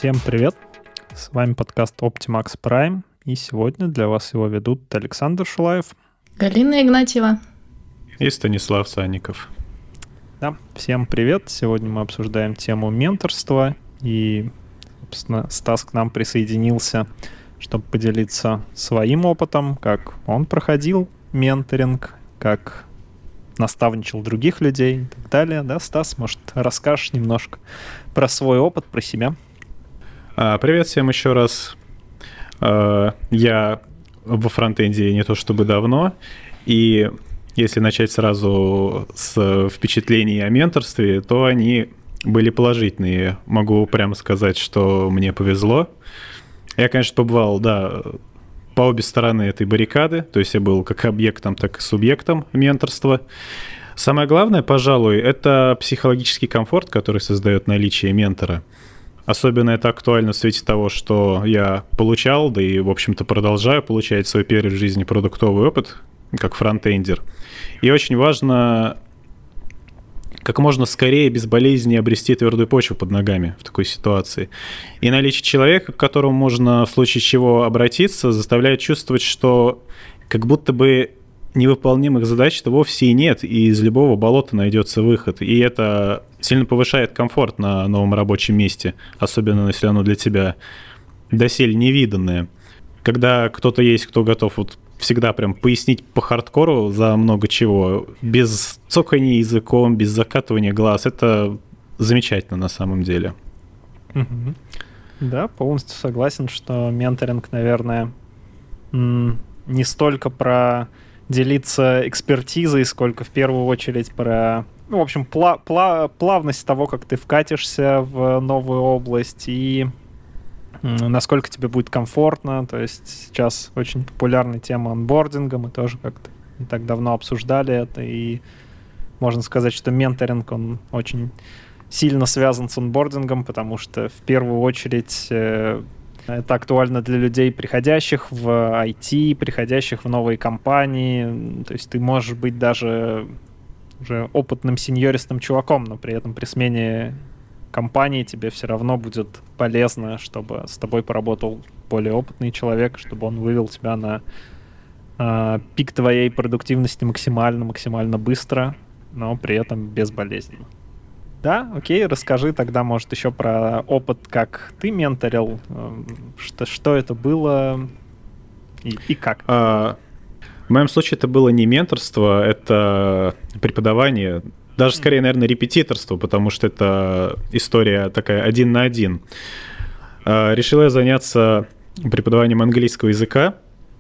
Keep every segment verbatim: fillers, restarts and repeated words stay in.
Всем привет! С вами подкаст Optimax Prime, и сегодня для вас его ведут Александр Шулаев, Галина Игнатьева и Станислав Санников. Да, всем привет! Сегодня мы обсуждаем тему менторства, и, собственно, Стас к нам присоединился, чтобы поделиться своим опытом, как он проходил менторинг, как наставничал других людей и так далее. Да, Стас, может, расскажешь немножко про свой опыт, про себя? Привет всем еще раз. Я во фронтенде не то чтобы давно, и если начать сразу с впечатлений о менторстве, то они были положительные. Могу прямо сказать, что мне повезло. Я, конечно, побывал, да, по обе стороны этой баррикады, то есть я был как объектом, так и субъектом менторства. Самое главное, пожалуй, это психологический комфорт, который создает наличие ментора. Особенно это актуально в свете того, что я получал, да и, в общем-то, продолжаю получать свой первый в жизни продуктовый опыт, как фронтендер. И очень важно как можно скорее, безболезненнее обрести твердую почву под ногами в такой ситуации. И наличие человека, к которому можно в случае чего обратиться, заставляет чувствовать, что как будто бы невыполнимых задач-то вовсе и нет, и из любого болота найдется выход. И это сильно повышает комфорт на новом рабочем месте, особенно если оно для тебя доселе невиданное. Когда кто-то есть, кто готов вот всегда прям пояснить по хардкору за много чего, без цоканья языком, без закатывания глаз, это замечательно на самом деле. Mm-hmm. Да, полностью согласен, что менторинг, наверное, не столько про делиться экспертизой, сколько в первую очередь про, ну, в общем, пла- пла- плавность того, как ты вкатишься в новую область и насколько тебе будет комфортно. То есть сейчас очень популярная тема онбординга, мы тоже как-то не так давно обсуждали это, и можно сказать, что менторинг, он очень сильно связан с онбордингом, потому что в первую очередь э, это актуально для людей, приходящих в ай ти, приходящих в новые компании. То есть ты можешь быть даже уже опытным сеньористым чуваком, но при этом при смене компании тебе все равно будет полезно, чтобы с тобой поработал более опытный человек, чтобы он вывел тебя на э, пик твоей продуктивности максимально, максимально быстро, но при этом безболезненно. Да, окей, расскажи тогда, может, еще про опыт, как ты менторил, что, что это было и, и как. А, в моем случае это было не менторство, это преподавание, даже скорее, наверное, репетиторство, потому что это история такая один на один. А, решил я заняться преподаванием английского языка,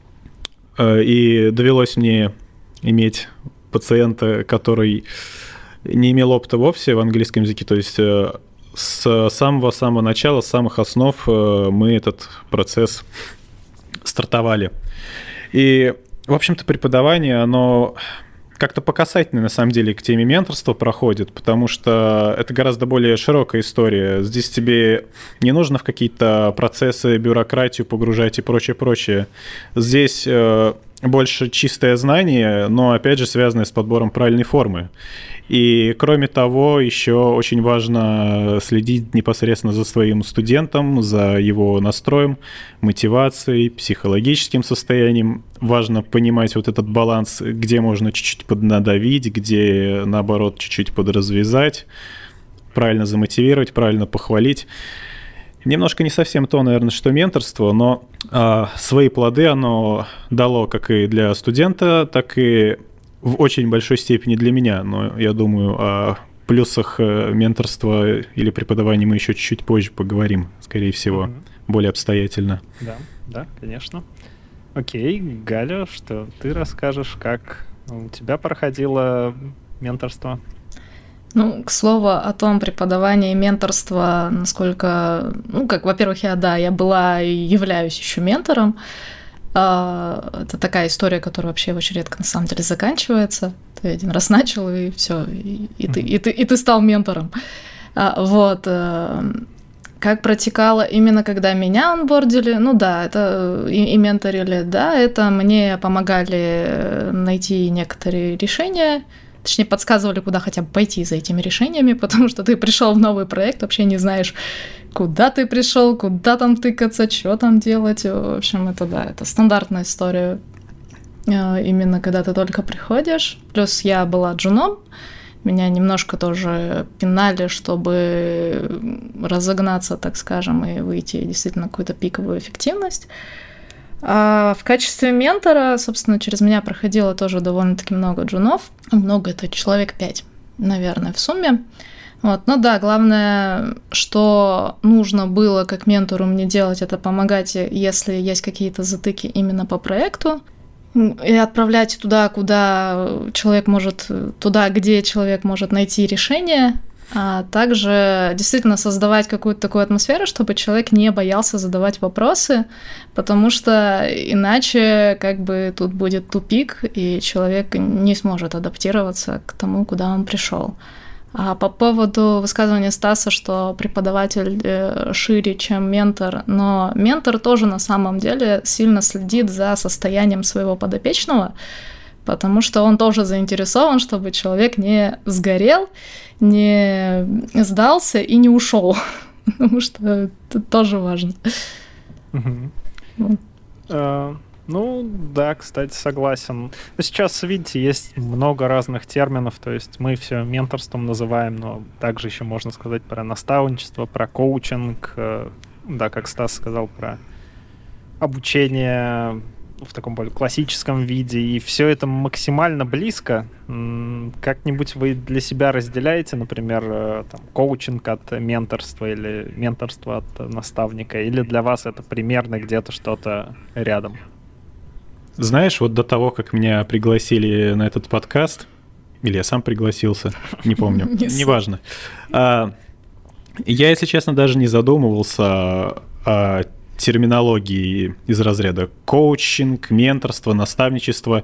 и довелось мне иметь пациента, который не имел опыта вовсе в английском языке, то есть с самого-самого начала, с самых основ мы этот процесс стартовали. И, в общем-то, преподавание, оно как-то по касательной, на самом деле, к теме менторства проходит, потому что это гораздо более широкая история. Здесь тебе не нужно в какие-то процессы, бюрократию погружать и прочее-прочее. Здесь больше чистое знание, но, опять же, связанное с подбором правильной формы. И, кроме того, еще очень важно следить непосредственно за своим студентом, за его настроем, мотивацией, психологическим состоянием. Важно понимать вот этот баланс, где можно чуть-чуть поднадавить, где, наоборот, чуть-чуть подразвязать, правильно замотивировать, правильно похвалить. Немножко не совсем то, наверное, что менторство, но а, свои плоды оно дало как и для студента, так и в очень большой степени для меня. Но я думаю, о плюсах менторства или преподавания мы еще чуть-чуть позже поговорим, скорее всего, mm-hmm. более обстоятельно. Да, да, конечно. Окей, Галя, что ты расскажешь, как у тебя проходило менторство? Ну, к слову о том преподавании и менторства, насколько, ну, как, во-первых, я, да, я была и являюсь еще ментором. Это такая история, которая вообще очень редко на самом деле заканчивается. Ты один раз начал, и все, и, и, ты, и, ты, и ты стал ментором. Вот. Как протекало именно когда меня онбордили, ну да, это и, и менторили, да, это мне помогали найти некоторые решения, точнее, подсказывали, куда хотя бы пойти за этими решениями, потому что ты пришел в новый проект, вообще не знаешь, куда ты пришел, куда там тыкаться, что там делать. В общем, это да, это стандартная история. Именно когда ты только приходишь. Плюс я была джуном, меня немножко тоже пинали, чтобы разогнаться, так скажем, и выйти действительно на какую-то пиковую эффективность. А в качестве ментора, собственно, через меня проходило тоже довольно-таки много джунов. Много, это человек пять, наверное, в сумме. Вот. Ну да, главное, что нужно было как ментору мне делать, это помогать, если есть какие-то затыки именно по проекту, и отправлять туда, куда человек может, туда, где человек может найти решение, а также действительно создавать какую-то такую атмосферу, чтобы человек не боялся задавать вопросы, потому что иначе как бы тут будет тупик, и человек не сможет адаптироваться к тому, куда он пришел. А по поводу высказывания Стаса, что преподаватель шире, чем ментор, но ментор тоже на самом деле сильно следит за состоянием своего подопечного, потому что он тоже заинтересован, чтобы человек не сгорел, не сдался и не ушел, потому что это тоже важно. Ну, да, кстати, согласен. Но сейчас, видите, есть много разных терминов, то есть мы все менторством называем, но также еще можно сказать про наставничество, про коучинг, да, как Стас сказал, про обучение в таком более классическом виде, и все это максимально близко. Как-нибудь вы для себя разделяете, например, там, коучинг от менторства или менторство от наставника, или для вас это примерно где-то что-то рядом? Знаешь, вот до того, как меня пригласили на этот подкаст, или я сам пригласился, не помню, неважно. Я, если честно, даже не задумывался о терминологии из разряда коучинг, менторство, наставничество.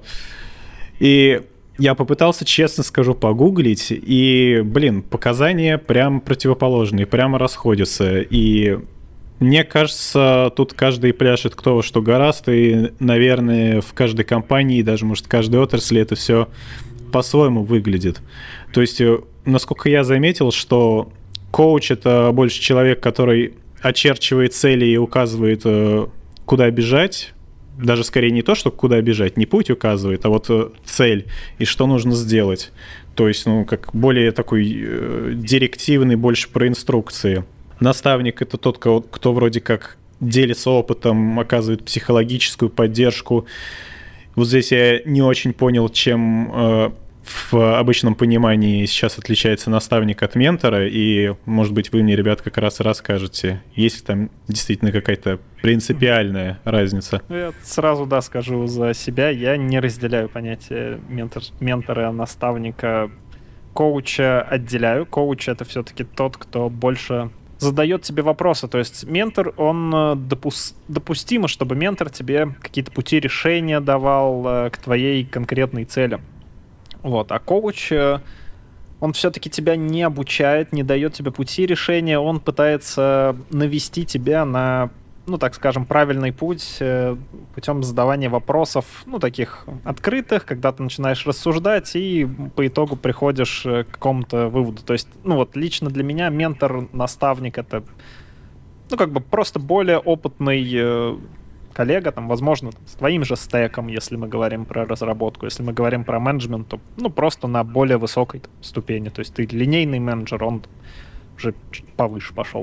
И я попытался, честно скажу, погуглить, и, блин, показания прям противоположные, прямо расходятся. И мне кажется, тут каждый пляшет кто во что горазд, и, наверное, в каждой компании, даже, может, в каждой отрасли это все по-своему выглядит. То есть, насколько я заметил, что коуч — это больше человек, который очерчивает цели и указывает, куда бежать. Даже скорее не то, что куда бежать, не путь указывает, а вот цель и что нужно сделать. То есть, ну, как более такой директивный, больше про инструкции. Наставник — это тот, кто, кто вроде как делится опытом, оказывает психологическую поддержку. Вот здесь я не очень понял, чем э, в обычном понимании сейчас отличается наставник от ментора, и, может быть, вы мне, ребят, как раз и расскажете, есть ли там действительно какая-то принципиальная разница. Я сразу, да, скажу за себя, я не разделяю понятие ментор, ментора, наставника, коуча отделяю. Коуч — это все-таки тот, кто больше задает тебе вопросы. То есть ментор, он допус- допустимо, чтобы ментор тебе какие-то пути решения давал э, к твоей конкретной цели. Вот. А коуч, э, он все-таки тебя не обучает, не дает тебе пути решения, он пытается навести тебя на, ну, так скажем, правильный путь э, путем задавания вопросов, ну, таких открытых, когда ты начинаешь рассуждать и по итогу приходишь к какому-то выводу. То есть, ну, вот лично для меня ментор, наставник — это, ну, как бы просто более опытный э, коллега, там, возможно, там, с твоим же стеком, если мы говорим про разработку, если мы говорим про менеджмент, то, ну, просто на более высокой там ступени. То есть ты линейный менеджер, он уже чуть повыше пошел.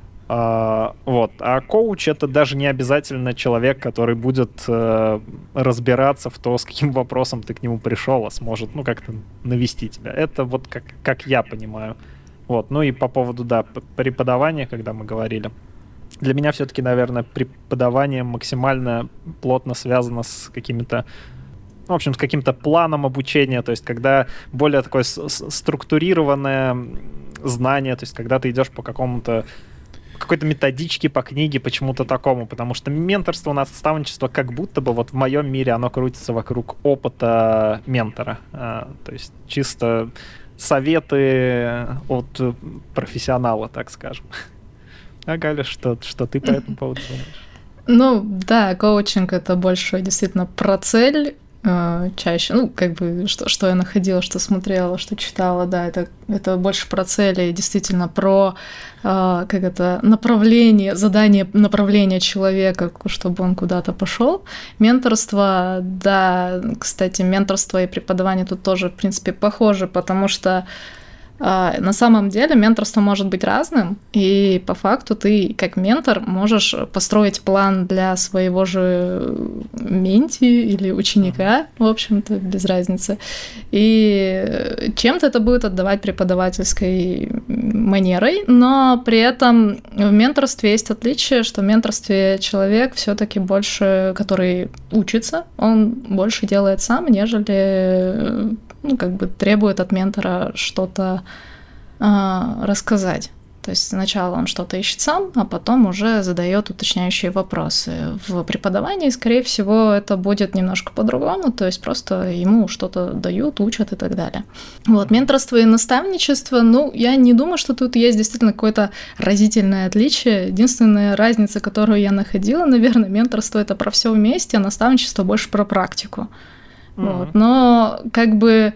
Uh, вот. А коуч — это даже не обязательно человек, который будет uh, разбираться в то, с каким вопросом ты к нему пришел, а сможет, ну, как-то навести тебя. Это вот как, как я понимаю. Вот. Ну и по поводу, да, преподавания, когда мы говорили. Для меня все-таки, наверное, преподавание максимально плотно связано с какими-то, в общем, с каким-то планом обучения, то есть когда более такое структурированное знание, то есть когда ты идешь по какому-то какой-то методички по книге, почему-то такому, потому что менторство, наставничество, как будто бы вот в моем мире оно крутится вокруг опыта ментора. А, то есть чисто советы от профессионала, так скажем. А, Галя, что, что ты по этому поводу думаешь? Ну, да, коучинг — это больше действительно про цель, э, чаще. Ну, как бы, что, что я находила, что смотрела, что читала, да, это, это больше про цели, действительно, про э, как это, направление, задание направления человека, чтобы он куда-то пошел. Менторство, да, кстати, менторство и преподавание тут тоже, в принципе, похожи, потому что на самом деле менторство может быть разным, и по факту ты как ментор можешь построить план для своего же менти или ученика, в общем-то, без разницы. И чем-то это будет отдавать преподавательской манерой, но при этом в менторстве есть отличие, что в менторстве человек все-таки больше, который учится, он больше делает сам, нежели ну, как бы требует от ментора что-то а, рассказать. То есть сначала он что-то ищет сам, а потом уже задает уточняющие вопросы. В преподавании, скорее всего, это будет немножко по-другому, то есть просто ему что-то дают, учат и так далее. Вот, менторство и наставничество, ну, я не думаю, что тут есть действительно какое-то разительное отличие. Единственная разница, которую я находила, наверное, менторство — это про все вместе, а наставничество больше про практику. Mm-hmm. Вот. Но как бы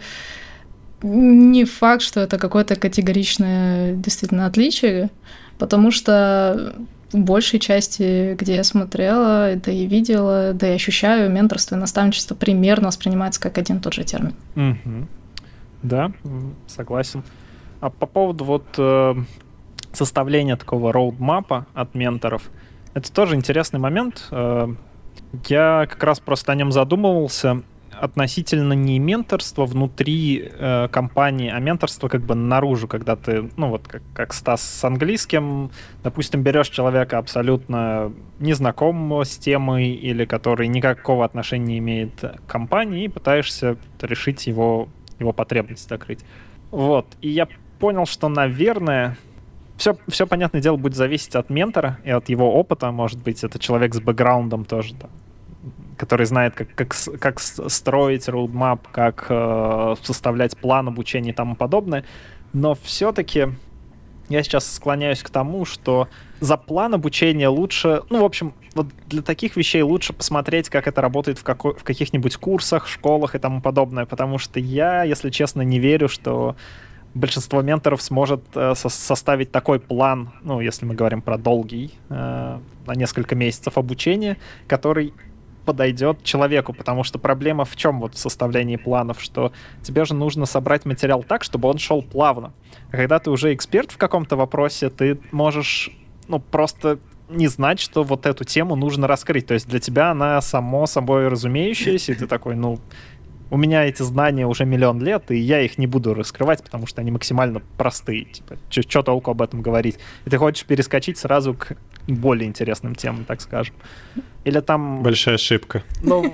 не факт, что это какое-то категоричное действительно отличие, потому что в большей части, где я смотрела, да и видела, да и ощущаю, менторство и наставничество примерно воспринимается как один и тот же термин. Mm-hmm. Да, согласен. А по поводу вот э, составления такого роудмапа от менторов, это тоже интересный момент. Э, я как раз просто о нем задумывался относительно не менторства внутри э, компании, а менторства как бы наружу, когда ты, ну вот как, как Стас с английским, допустим, берешь человека абсолютно незнакомого с темой или который никакого отношения не имеет к компании, и пытаешься решить его, его потребность закрыть. Вот. И я понял, что, наверное, все, все, понятное дело, будет зависеть от ментора и от его опыта. Может быть, это человек с бэкграундом тоже, да, который знает, как, как, как строить roadmap, как э, составлять план обучения и тому подобное. Но все-таки я сейчас склоняюсь к тому, что за план обучения лучше... Ну, в общем, вот для таких вещей лучше посмотреть, как это работает в, какой, в каких-нибудь курсах, школах и тому подобное. Потому что я, если честно, не верю, что большинство менторов сможет э, со- составить такой план, ну, если мы говорим про долгий, э, на несколько месяцев обучения, который подойдет человеку, потому что проблема в чем вот в составлении планов, что тебе же нужно собрать материал так, чтобы он шел плавно. А когда ты уже эксперт в каком-то вопросе, ты можешь, ну, просто не знать, что вот эту тему нужно раскрыть. То есть для тебя она само собой разумеющаяся, и ты такой, ну, у меня эти знания уже миллион лет, и я их не буду раскрывать, потому что они максимально простые. Типа, что толку об этом говорить? И ты хочешь перескочить сразу к более интересным темам, так скажем. Или там... Большая ошибка. Ну,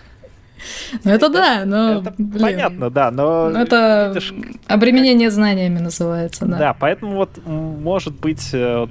ну это да, но... Это понятно, да, но... Это видишь, обременение как... знаниями называется, да. Да, поэтому вот, может быть, вот,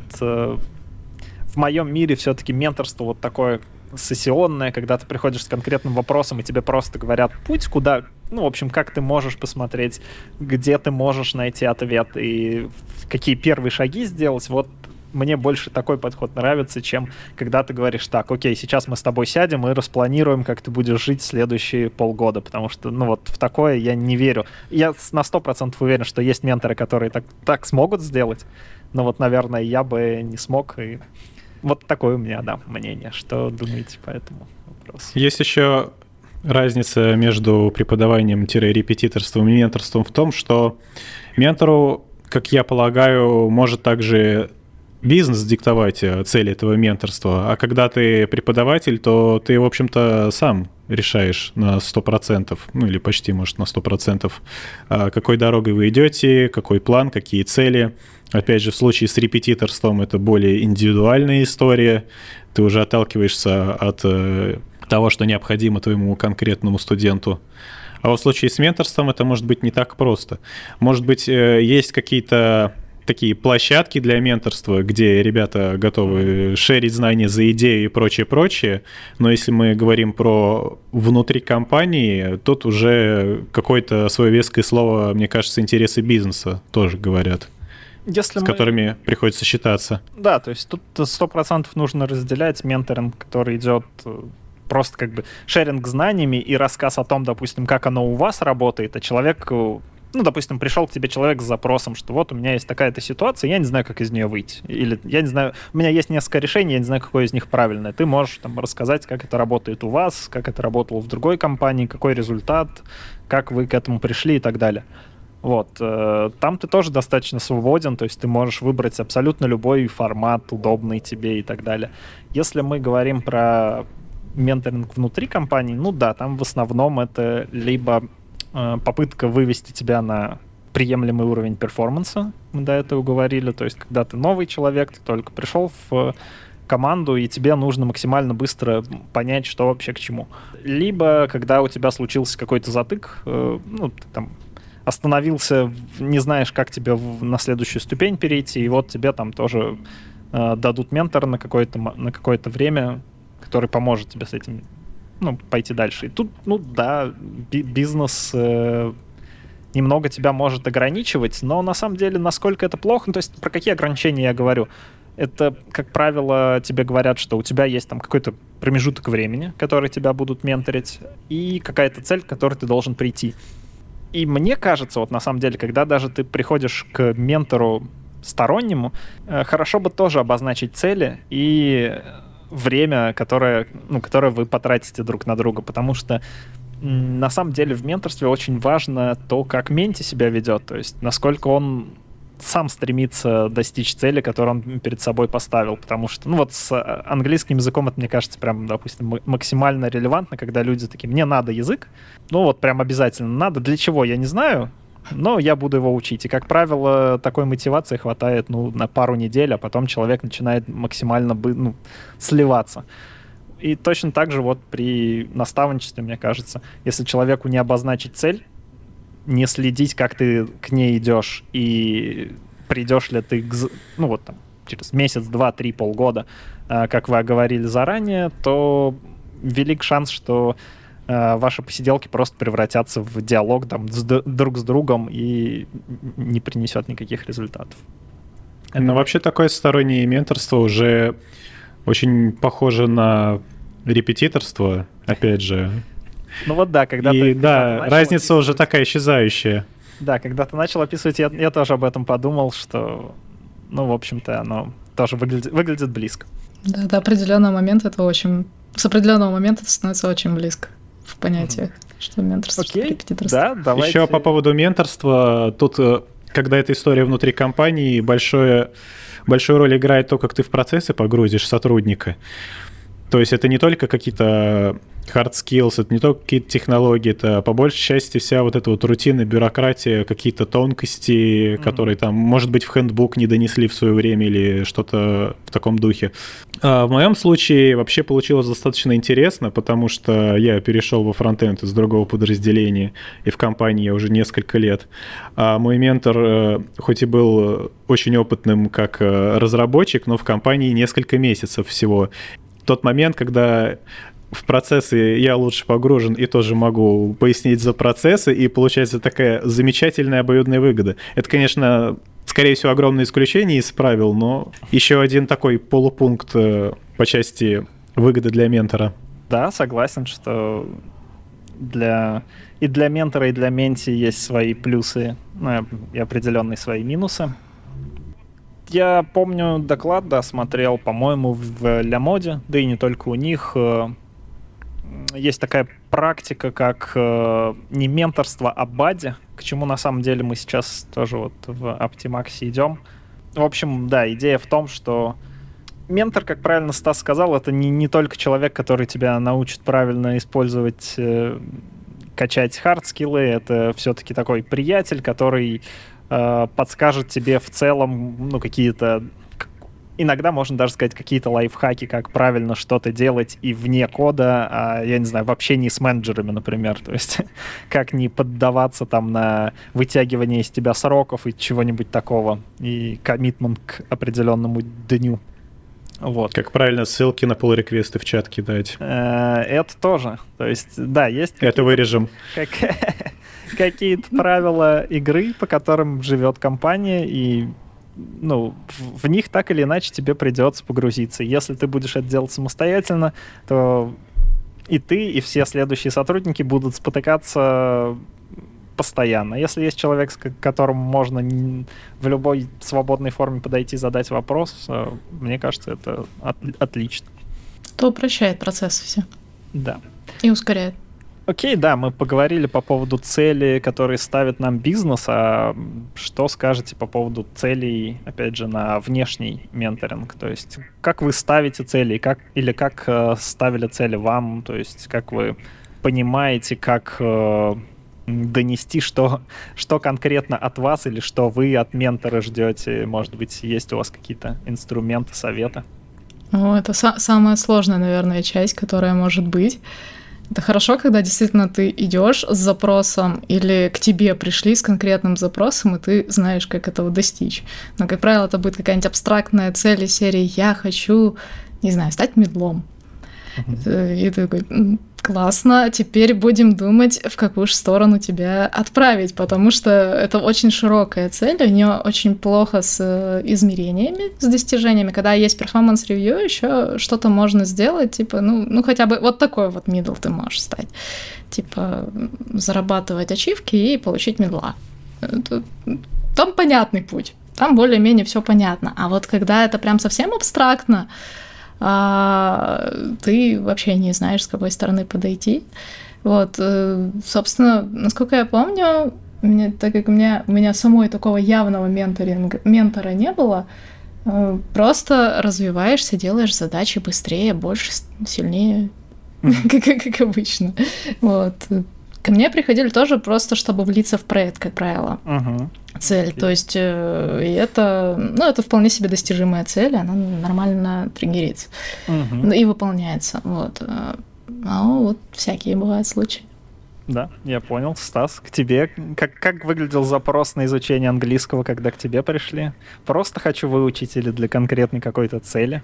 в моем мире все-таки менторство вот такое сессионное, когда ты приходишь с конкретным вопросом, и тебе просто говорят путь, куда, ну, в общем, как ты можешь посмотреть, где ты можешь найти ответ, и какие первые шаги сделать, вот мне больше такой подход нравится, чем когда ты говоришь, так, окей, сейчас мы с тобой сядем и распланируем, как ты будешь жить следующие полгода, потому что, ну, вот в такое я не верю. Я на сто процентов уверен, что есть менторы, которые так, так смогут сделать, но вот, наверное, я бы не смог, и вот такое у меня, да, мнение. Что думаете по этому вопросу? Есть еще разница между преподаванием-репетиторством и менторством в том, что ментору, как я полагаю, может также бизнес диктовать цели этого менторства, а когда ты преподаватель, то ты, в общем-то, сам решаешь на сто процентов, ну или почти, может, на сто процентов, какой дорогой вы идете, какой план, какие цели. Опять же, в случае с репетиторством это более индивидуальная история. Ты уже отталкиваешься от того, что необходимо твоему конкретному студенту. А в случае с менторством это может быть не так просто. Может быть, есть какие-то такие площадки для менторства, где ребята готовы шерить знания за идею и прочее-прочее, но если мы говорим про внутри компании, тут уже какое-то свое веское слово, мне кажется, интересы бизнеса тоже говорят. Если с мы... которыми приходится считаться. Да, то есть тут сто процентов нужно разделять менторинг, который идет просто как бы шеринг знаниями и рассказ о том, допустим, как оно у вас работает, а человек, ну, допустим, пришел к тебе человек с запросом, что вот у меня есть такая-то ситуация, я не знаю, как из нее выйти. Или я не знаю, у меня есть несколько решений, я не знаю, какое из них правильное. Ты можешь там рассказать, как это работает у вас, как это работало в другой компании, какой результат, как вы к этому пришли и так далее. Вот. Там ты тоже достаточно свободен, то есть ты можешь выбрать абсолютно любой формат, удобный тебе и так далее. Если мы говорим про менторинг внутри компании, ну да, там в основном это либо э, попытка вывести тебя на приемлемый уровень перформанса, мы до этого говорили, то есть когда ты новый человек, ты только пришел в команду, и тебе нужно максимально быстро понять, что вообще к чему. Либо когда у тебя случился какой-то затык, э, ну, ты там остановился, не знаешь, как тебе в, на следующую ступень перейти, и вот тебе там тоже э, дадут ментора на какое-то, на какое-то время, который поможет тебе с этим, ну, пойти дальше. И тут, ну да, би- бизнес э, немного тебя может ограничивать, но на самом деле, насколько это плохо, ну, то есть про какие ограничения я говорю? Это, как правило, тебе говорят, что у тебя есть там какой-то промежуток времени, который тебя будут менторить, и какая-то цель, к которой ты должен прийти. И мне кажется, вот на самом деле, когда даже ты приходишь к ментору стороннему, хорошо бы тоже обозначить цели и время, которое, ну, которое вы потратите друг на друга, потому что на самом деле в менторстве очень важно то, как менти себя ведет, то есть насколько он сам стремится достичь цели, которую он перед собой поставил, потому что, ну вот с английским языком это, мне кажется, прям, допустим, максимально релевантно, когда люди такие, мне надо язык, ну вот прям обязательно надо, для чего, я не знаю, но я буду его учить, и, как правило, такой мотивации хватает, ну, на пару недель, а потом человек начинает максимально, ну, сливаться. И точно так же вот при наставничестве, мне кажется, если человеку не обозначить цель, не следить, как ты к ней идешь, и придешь ли ты, к, ну вот там, через месяц, два, три, полгода, э, как вы оговорили заранее, то велик шанс, что э, ваши посиделки просто превратятся в диалог там, с, друг с другом и не принесет никаких результатов. Это... Ну, вообще такое стороннее менторство уже очень похоже на репетиторство, опять же. Ну вот да, когда и, ты... Да, когда разница описывать... уже такая исчезающая. Да, когда ты начал описывать, я, я тоже об этом подумал, что, ну, в общем-то, оно тоже выглядит, выглядит близко. Да, до определенного момента это очень... С определенного момента это становится очень близко в понятиях, mm-hmm. что менторство, Окей, что репетиторство. Да, давайте... Еще по поводу менторства, тут, когда эта история внутри компании, большое, большую роль играет то, как ты в процессы погрузишь сотрудника. То есть это не только какие-то hard skills, это не только какие-то технологии, это по большей части вся вот эта вот рутина, бюрократия, какие-то тонкости, mm-hmm. которые там, может быть, в хэндбук не донесли в свое время или что-то в таком духе. А в моем случае вообще получилось достаточно интересно, потому что я перешел во фронтенд из другого подразделения, и в компании я уже несколько лет. А мой ментор, хоть и был очень опытным как разработчик, но в компании несколько месяцев всего. Тот момент, когда в процессы я лучше погружен и тоже могу пояснить за процессы, и получается такая замечательная обоюдная выгода. Это, конечно, скорее всего, огромное исключение из правил, но еще один такой полупункт по части выгоды для ментора. Да, согласен, что для... и для ментора, и для менти есть свои плюсы, ну, и определенные свои минусы. Я помню доклад, да, смотрел, по-моему, в Лямоде, да и не только у них. Есть такая практика, как не менторство, а бадди, к чему на самом деле мы сейчас тоже вот в Optimax идем. В общем, да, идея в том, что ментор, как правильно Стас сказал, это не, не только человек, который тебя научит правильно использовать, качать хард-скиллы, это все-таки такой приятель, который подскажет тебе в целом, ну, какие-то, иногда можно даже сказать, какие-то лайфхаки, как правильно что-то делать и вне кода, а, я не знаю, в общении с менеджерами, например, то есть как не поддаваться там на вытягивание из тебя сроков и чего-нибудь такого, и коммитмент к определенному дню. Вот. Как правильно ссылки на pull-реквесты в чат кидать. Это тоже, то есть, да, есть... Это вырежем. Какие-то правила игры, по которым живет компания, и ну, в, в них так или иначе тебе придется погрузиться. Если ты будешь это делать самостоятельно, то и ты, и все следующие сотрудники будут спотыкаться постоянно. Если есть человек, к которому можно в любой свободной форме подойти, задать вопрос, мне кажется, это от, отлично. Это упрощает процесс все. Да. И ускоряет. Окей, да, мы поговорили по поводу целей, которые ставит нам бизнес, а что скажете по поводу целей, опять же, на внешний менторинг? То есть как вы ставите цели, как, или как э, ставили цели вам, то есть как вы понимаете, как э, донести, что, что конкретно от вас или что вы от ментора ждете? Может быть, есть у вас какие-то инструменты, советы? Ну, это са- самая сложная, наверное, часть, которая может быть. Это хорошо, когда действительно ты идешь с запросом или к тебе пришли с конкретным запросом, и ты знаешь, как этого достичь. Но, как правило, это будет какая-нибудь абстрактная цель из серии «я хочу, не знаю, стать медлом». Uh-huh. И ты такой «классно, теперь будем думать, в какую же сторону тебя отправить», потому что это очень широкая цель, у нее очень плохо с измерениями, с достижениями. Когда есть перформанс-ревью, еще что-то можно сделать, типа, ну, ну хотя бы вот такой вот мидл ты можешь стать. Типа зарабатывать ачивки и получить мидла. Там понятный путь, там более-менее все понятно. А вот когда это прям совсем абстрактно, а ты вообще не знаешь, с какой стороны подойти. Вот, собственно, насколько я помню, меня, так как у меня, у меня самой такого явного менторинга, ментора не было, просто развиваешься, делаешь задачи быстрее, больше, сильнее, как, как обычно. Вот. Ко мне приходили тоже просто, чтобы влиться в проект, как правило. Uh-huh. Цель. Okay. То есть э, это, ну, это вполне себе достижимая цель, она нормально триггерится uh-huh. и выполняется. Вот. А вот всякие бывают случаи. Да, я понял. Стас, к тебе. Как, как выглядел запрос на изучение английского, когда к тебе пришли? Просто хочу выучить или для конкретной какой-то цели?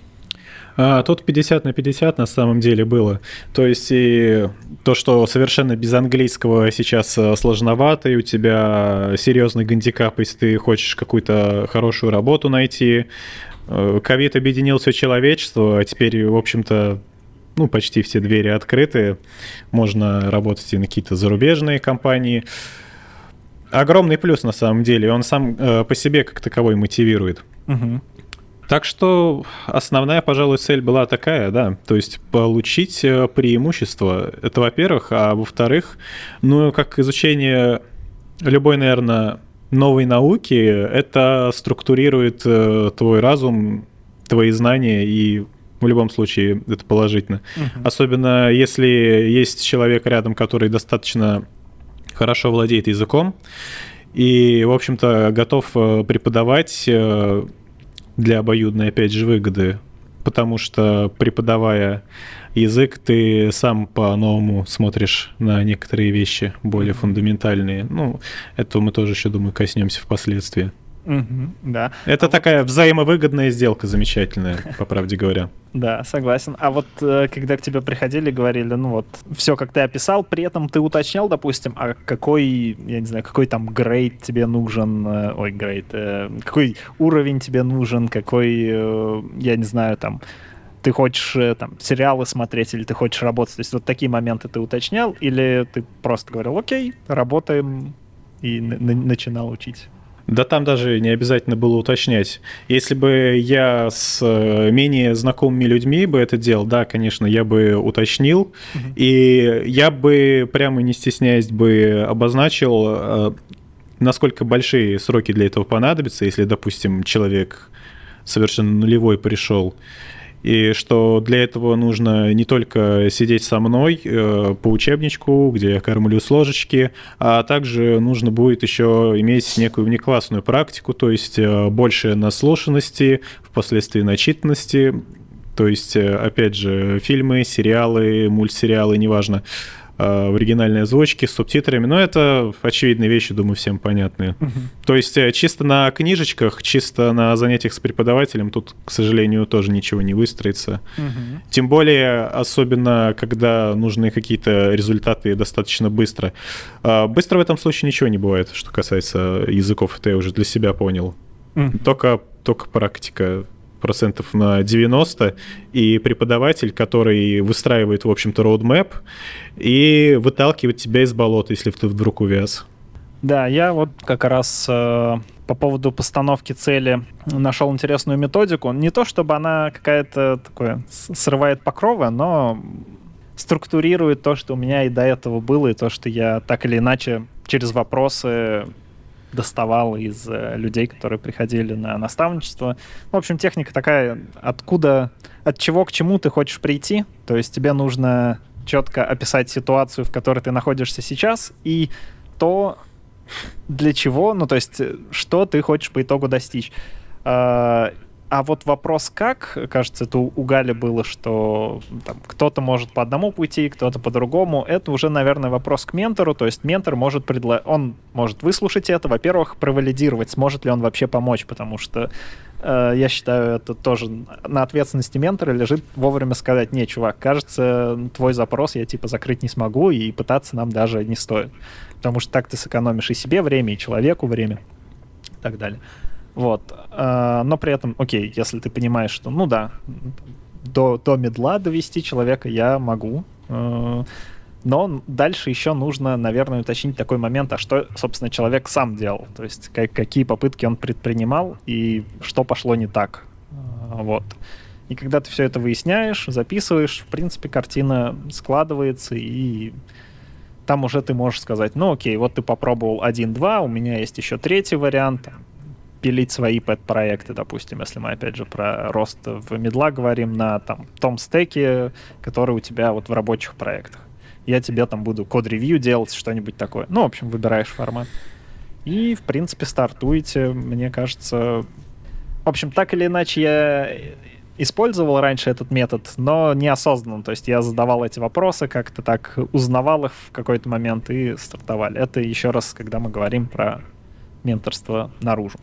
А, тут пятьдесят на пятьдесят на самом деле было. То есть и то, что совершенно без английского сейчас сложновато, и у тебя серьезный гандикап, если ты хочешь какую-то хорошую работу найти. Ковид объединил все человечество, а теперь, в общем-то, ну, почти все двери открыты. Можно работать и на какие-то зарубежные компании. Огромный плюс на самом деле. Он сам по себе как таковой мотивирует. Угу. Так что основная, пожалуй, цель была такая, да, то есть получить преимущество, это во-первых, а во-вторых, ну, как изучение любой, наверное, новой науки, это структурирует твой разум, твои знания, и в любом случае это положительно. Uh-huh. Особенно если есть человек рядом, который достаточно хорошо владеет языком и, в общем-то, готов преподавать для обоюдной, опять же, выгоды, потому что, преподавая язык, ты сам по-новому смотришь на некоторые вещи, более фундаментальные. Ну, этого мы тоже еще, думаю, коснемся впоследствии. Угу, да. Это а такая вот взаимовыгодная сделка замечательная, по правде говоря. Да, согласен. А вот когда к тебе приходили, говорили, ну вот, все, как ты описал, при этом ты уточнял, допустим, а какой, я не знаю, какой там грейд тебе нужен, ой, грейд, какой уровень тебе нужен, какой, я не знаю, там, ты хочешь там сериалы смотреть или ты хочешь работать, то есть вот такие моменты ты уточнял, или ты просто говорил, окей, работаем, и н- начинал учить? Да там даже не обязательно было уточнять. Если бы я с менее знакомыми людьми бы это делал, да, конечно, я бы уточнил, uh-huh. и я бы, прямо не стесняясь, бы обозначил, насколько большие сроки для этого понадобятся, если, допустим, человек совершенно нулевой пришел, и что для этого нужно не только сидеть со мной э, по учебничку, где я кормлю с ложечки, а также нужно будет еще иметь некую внеклассную практику, то есть э, больше наслушанности, впоследствии начитанности, то есть, э, опять же, фильмы, сериалы, мультсериалы, неважно, э, в оригинальной озвучке с субтитрами, но это очевидные вещи, думаю, всем понятные. Uh-huh. То есть чисто на книжечках, чисто на занятиях с преподавателем тут, к сожалению, тоже ничего не выстроится. Uh-huh. Тем более, особенно, когда нужны какие-то результаты достаточно быстро. Быстро в этом случае ничего не бывает, что касается языков, это я уже для себя понял. Uh-huh. Только, только практика процентов на девяносто, и преподаватель, который выстраивает, в общем-то, роудмэп и выталкивает тебя из болота, если ты вдруг увяз. Да, я вот как раз э, по поводу постановки цели нашел интересную методику. Не то, чтобы она какая-то такое срывает покровы, но структурирует то, что у меня и до этого было, и то, что я так или иначе через вопросы доставал из э, людей, которые приходили на наставничество. В общем, техника такая, откуда, от чего к чему ты хочешь прийти. То есть тебе нужно четко описать ситуацию, в которой ты находишься сейчас, и то, для чего, ну, то есть, что ты хочешь по итогу достичь. А, а вот вопрос как, кажется, это у Гали было, что там, кто-то может по одному пути, кто-то по другому. Это уже, наверное, вопрос к ментору. То есть ментор может предложить, он может выслушать это, во-первых, провалидировать, сможет ли он вообще помочь, потому что э, я считаю, это тоже на ответственности ментора лежит вовремя сказать: не, чувак, кажется, твой запрос я типа закрыть не смогу, и пытаться нам даже не стоит. Потому что так ты сэкономишь и себе время, и человеку время, и так далее. Вот. Но при этом, окей, если ты понимаешь, что, ну да, до, до медла довести человека я могу, но дальше еще нужно, наверное, уточнить такой момент, а что, собственно, человек сам делал, то есть как, какие попытки он предпринимал и что пошло не так. Вот. И когда ты все это выясняешь, записываешь, в принципе, картина складывается, и там уже ты можешь сказать: ну окей, вот ты попробовал один-два, у меня есть еще третий вариант, пилить свои пэт-проекты, допустим, если мы, опять же, про рост в медла говорим, на там, том стеке, который у тебя вот в рабочих проектах. Я тебе там буду код-ревью делать, что-нибудь такое. Ну, в общем, выбираешь формат. И, в принципе, стартуете, мне кажется... В общем, так или иначе, я использовал раньше этот метод, но неосознанно. То есть я задавал эти вопросы, как-то так узнавал их в какой-то момент и стартовали. Это еще раз, когда мы говорим про менторство наружу.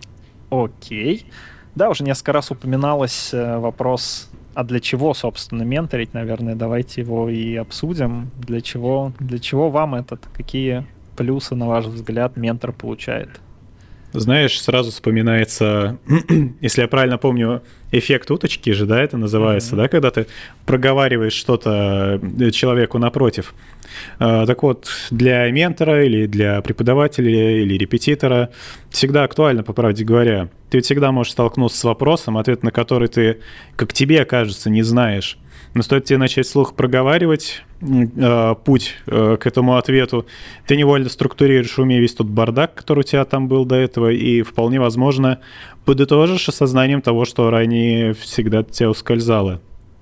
Окей. Да, уже несколько раз упоминалось э, вопрос, а для чего, собственно, менторить, наверное, давайте его и обсудим. Для чего, для чего вам этот, какие плюсы, на ваш взгляд, ментор получает? Знаешь, сразу вспоминается, если я правильно помню, эффект уточки же, да, это называется, mm-hmm. да, когда ты проговариваешь что-то человеку напротив. Так вот, для ментора или для преподавателя или репетитора всегда актуально, по правде говоря. Ты всегда можешь столкнуться с вопросом, ответ на который ты, как тебе кажется, не знаешь. Но стоит тебе начать вслух проговаривать э, путь э, к этому ответу, ты невольно структурируешь в уме весь тот бардак, который у тебя там был до этого, и вполне возможно подытожишь осознанием того, что ранее всегда от тебя ускользало.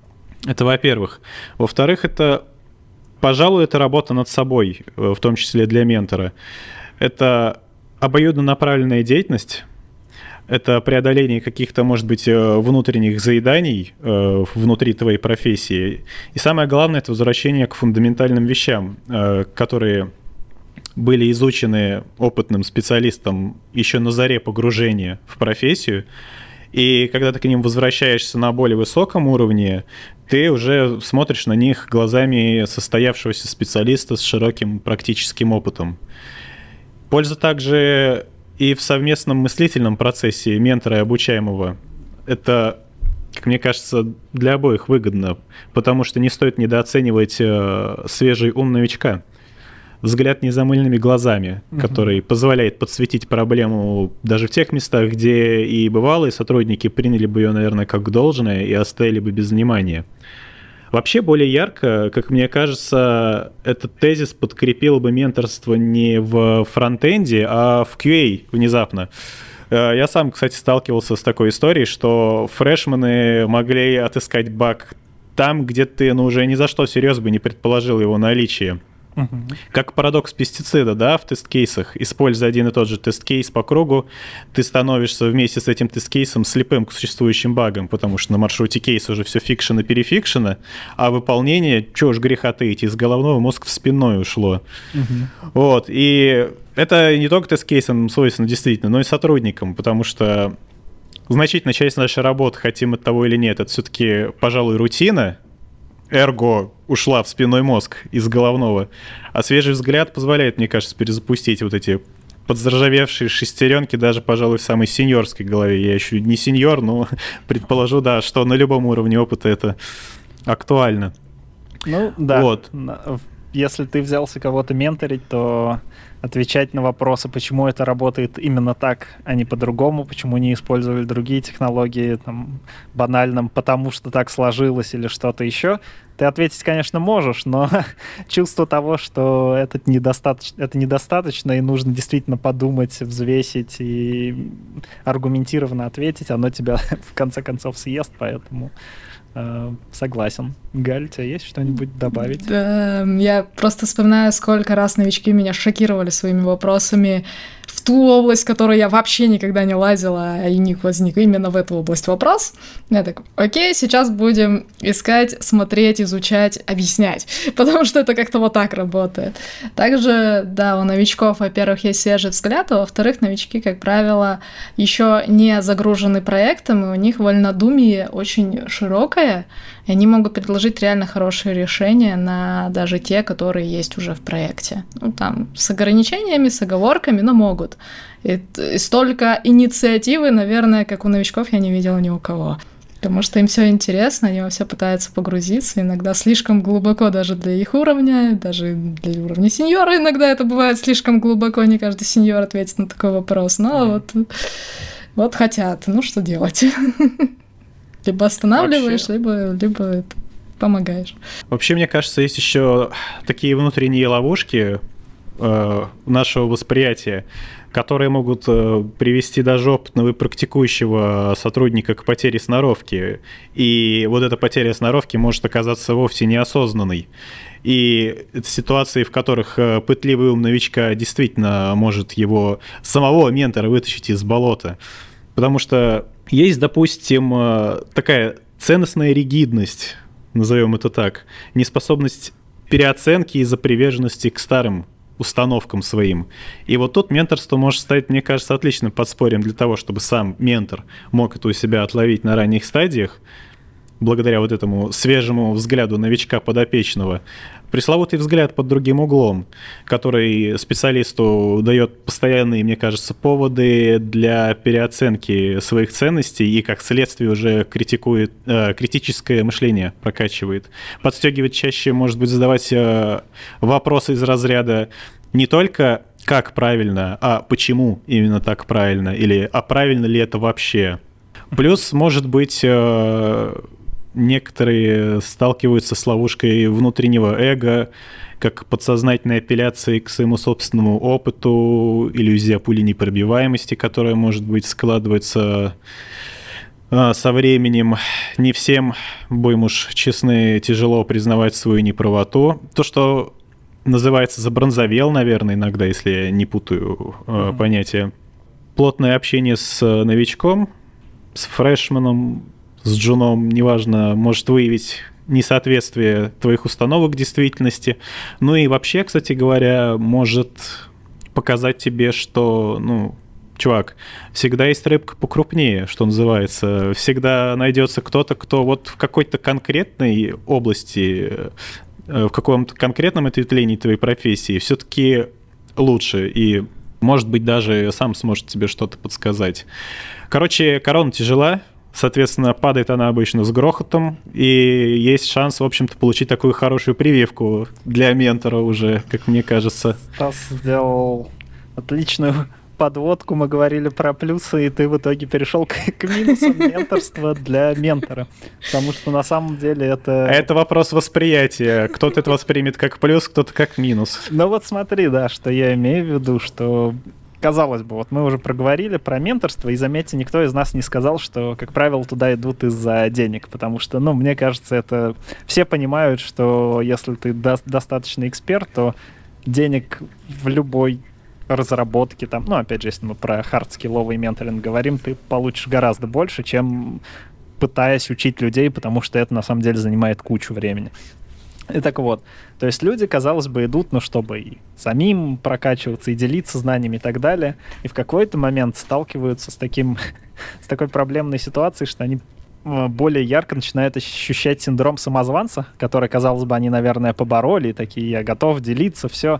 Это во-первых. Во-вторых, это, пожалуй, это работа над собой, в том числе для ментора. Это обоюдно направленная деятельность. Это преодоление каких-то, может быть, внутренних заеданий э, внутри твоей профессии. И самое главное — это возвращение к фундаментальным вещам, э, которые были изучены опытным специалистом еще на заре погружения в профессию. И когда ты к ним возвращаешься на более высоком уровне, ты уже смотришь на них глазами состоявшегося специалиста с широким практическим опытом. Польза также и в совместном мыслительном процессе ментора и обучаемого. Это, как мне кажется, для обоих выгодно, потому что не стоит недооценивать э, свежий ум новичка. Взгляд незамыленными глазами, uh-huh. который позволяет подсветить проблему даже в тех местах, где и бывалые сотрудники приняли бы ее, наверное, как должное и оставили бы без внимания. Вообще, более ярко, как мне кажется, этот тезис подкрепило бы менторство не в фронтенде, а в кью эй внезапно. Я сам, кстати, сталкивался с такой историей, что фрешмены могли отыскать баг там, где ты ну, уже ни за что всерьез бы не предположил его наличие. Угу. Как парадокс пестицида, да, в тест-кейсах. Используя один и тот же тест-кейс по кругу, ты становишься вместе с этим тест-кейсом слепым к существующим багам, потому что на маршруте кейса уже все фикшено, перефикшено, а выполнение, чего уж греха таить, из головного мозга в спинной ушло. Угу. Вот, и это не только тест-кейсам свойственно действительно, но и сотрудникам, потому что значительная часть нашей работы, хотим мы того или нет, это все-таки, пожалуй, рутина, эрго ушла в спинной мозг из головного, а свежий взгляд позволяет, мне кажется, перезапустить вот эти подзаржавевшие шестеренки даже, пожалуй, в самой сеньорской голове. Я еще не сеньор, но предположу, да, что на любом уровне опыта это актуально. Ну, да. Вот. Если ты взялся кого-то менторить, то отвечать на вопросы, почему это работает именно так, а не по-другому, почему не использовали другие технологии, там, банальным, потому что так сложилось или что-то еще, ты ответить, конечно, можешь, но чувство того, что это недостаточно, это недостаточно, и нужно действительно подумать, взвесить и аргументированно ответить, оно тебя в конце концов съест, поэтому... Согласен. Галь, у тебя есть что-нибудь добавить? Да, я просто вспоминаю, сколько раз новички меня шокировали своими вопросами в ту область, в которую я вообще никогда не лазила, а у них возник именно в эту область вопрос. Я так, окей, сейчас будем искать, смотреть, изучать, объяснять, потому что это как-то вот так работает. Также, да, у новичков, во-первых, есть свежий взгляд, а во-вторых, новички, как правило, еще не загружены проектом, и у них вольнодумие очень широкое, и они могут предложить реально хорошие решения на даже те, которые есть уже в проекте. Ну, там, с ограничениями, с оговорками, но могут. И, и столько инициативы, наверное, как у новичков, я не видела ни у кого. Потому что им все интересно, они во все пытаются погрузиться, иногда слишком глубоко даже для их уровня, даже для уровня сеньора иногда это бывает слишком глубоко, не каждый сеньор ответит на такой вопрос. Но вот, вот хотят, ну что делать? Либо останавливаешь, Вообще... либо, либо это, помогаешь. Вообще, мне кажется, есть еще такие внутренние ловушки э, нашего восприятия, которые могут э, привести даже опытного и практикующего сотрудника к потере сноровки. И вот эта потеря сноровки может оказаться вовсе неосознанной. И это ситуации, в которых пытливый ум новичка действительно может его, самого ментора, вытащить из болота. Потому что есть, допустим, такая ценностная ригидность, назовем это так, неспособность переоценки из-за приверженности к старым установкам своим. И вот тут менторство может стать, мне кажется, отличным подспорьем для того, чтобы сам ментор мог это у себя отловить на ранних стадиях, благодаря вот этому свежему взгляду новичка подопечного. Пресловутый взгляд под другим углом, который специалисту дает постоянные, мне кажется, поводы для переоценки своих ценностей и, как следствие, уже критикует, э, критическое мышление прокачивает. Подстегивает чаще, может быть, задавать э, вопросы из разряда не только «как правильно», а «почему именно так правильно» или «а правильно ли это вообще?». Плюс, может быть, э, некоторые сталкиваются с ловушкой внутреннего эго, как подсознательной апелляции к своему собственному опыту, иллюзия пули непробиваемости, которая, может быть, складывается а, со временем. Не всем, будем уж честны, тяжело признавать свою неправоту. То, что называется забронзовел, наверное, иногда, если я не путаю а, mm-hmm. понятие. Плотное общение с новичком, с фрешменом, с джуном, неважно, может выявить несоответствие твоих установок к действительности. Ну и вообще, кстати говоря, может показать тебе, что, ну, чувак, всегда есть рыбка покрупнее, что называется. Всегда найдется кто-то, кто вот в какой-то конкретной области, в каком-то конкретном ответвлении твоей профессии все-таки лучше и, может быть, даже сам сможет тебе что-то подсказать. Короче, корона тяжела. Соответственно, падает она обычно с грохотом, и есть шанс, в общем-то, получить такую хорошую прививку для ментора уже, как мне кажется. Стас сделал отличную подводку, мы говорили про плюсы, и ты в итоге перешел к, к минусам менторства для ментора. Потому что на самом деле это... Это вопрос восприятия. Кто-то это воспримет как плюс, кто-то как минус. Ну вот смотри, да, что я имею в виду, что... Казалось бы, вот мы уже проговорили про менторство, и, заметьте, никто из нас не сказал, что, как правило, туда идут из-за денег, потому что, ну, мне кажется, это... Все понимают, что если ты до- достаточно эксперт, то денег в любой разработке, там, ну, опять же, если мы про хардскилловый менторинг говорим, ты получишь гораздо больше, чем пытаясь учить людей, потому что это, на самом деле, занимает кучу времени. И так вот, то есть люди, казалось бы, идут, ну, чтобы и самим прокачиваться, и делиться знаниями и так далее, и в какой-то момент сталкиваются с таким, с такой проблемной ситуацией, что они более ярко начинают ощущать синдром самозванца, который, казалось бы, они, наверное, побороли, и такие, я готов делиться, все,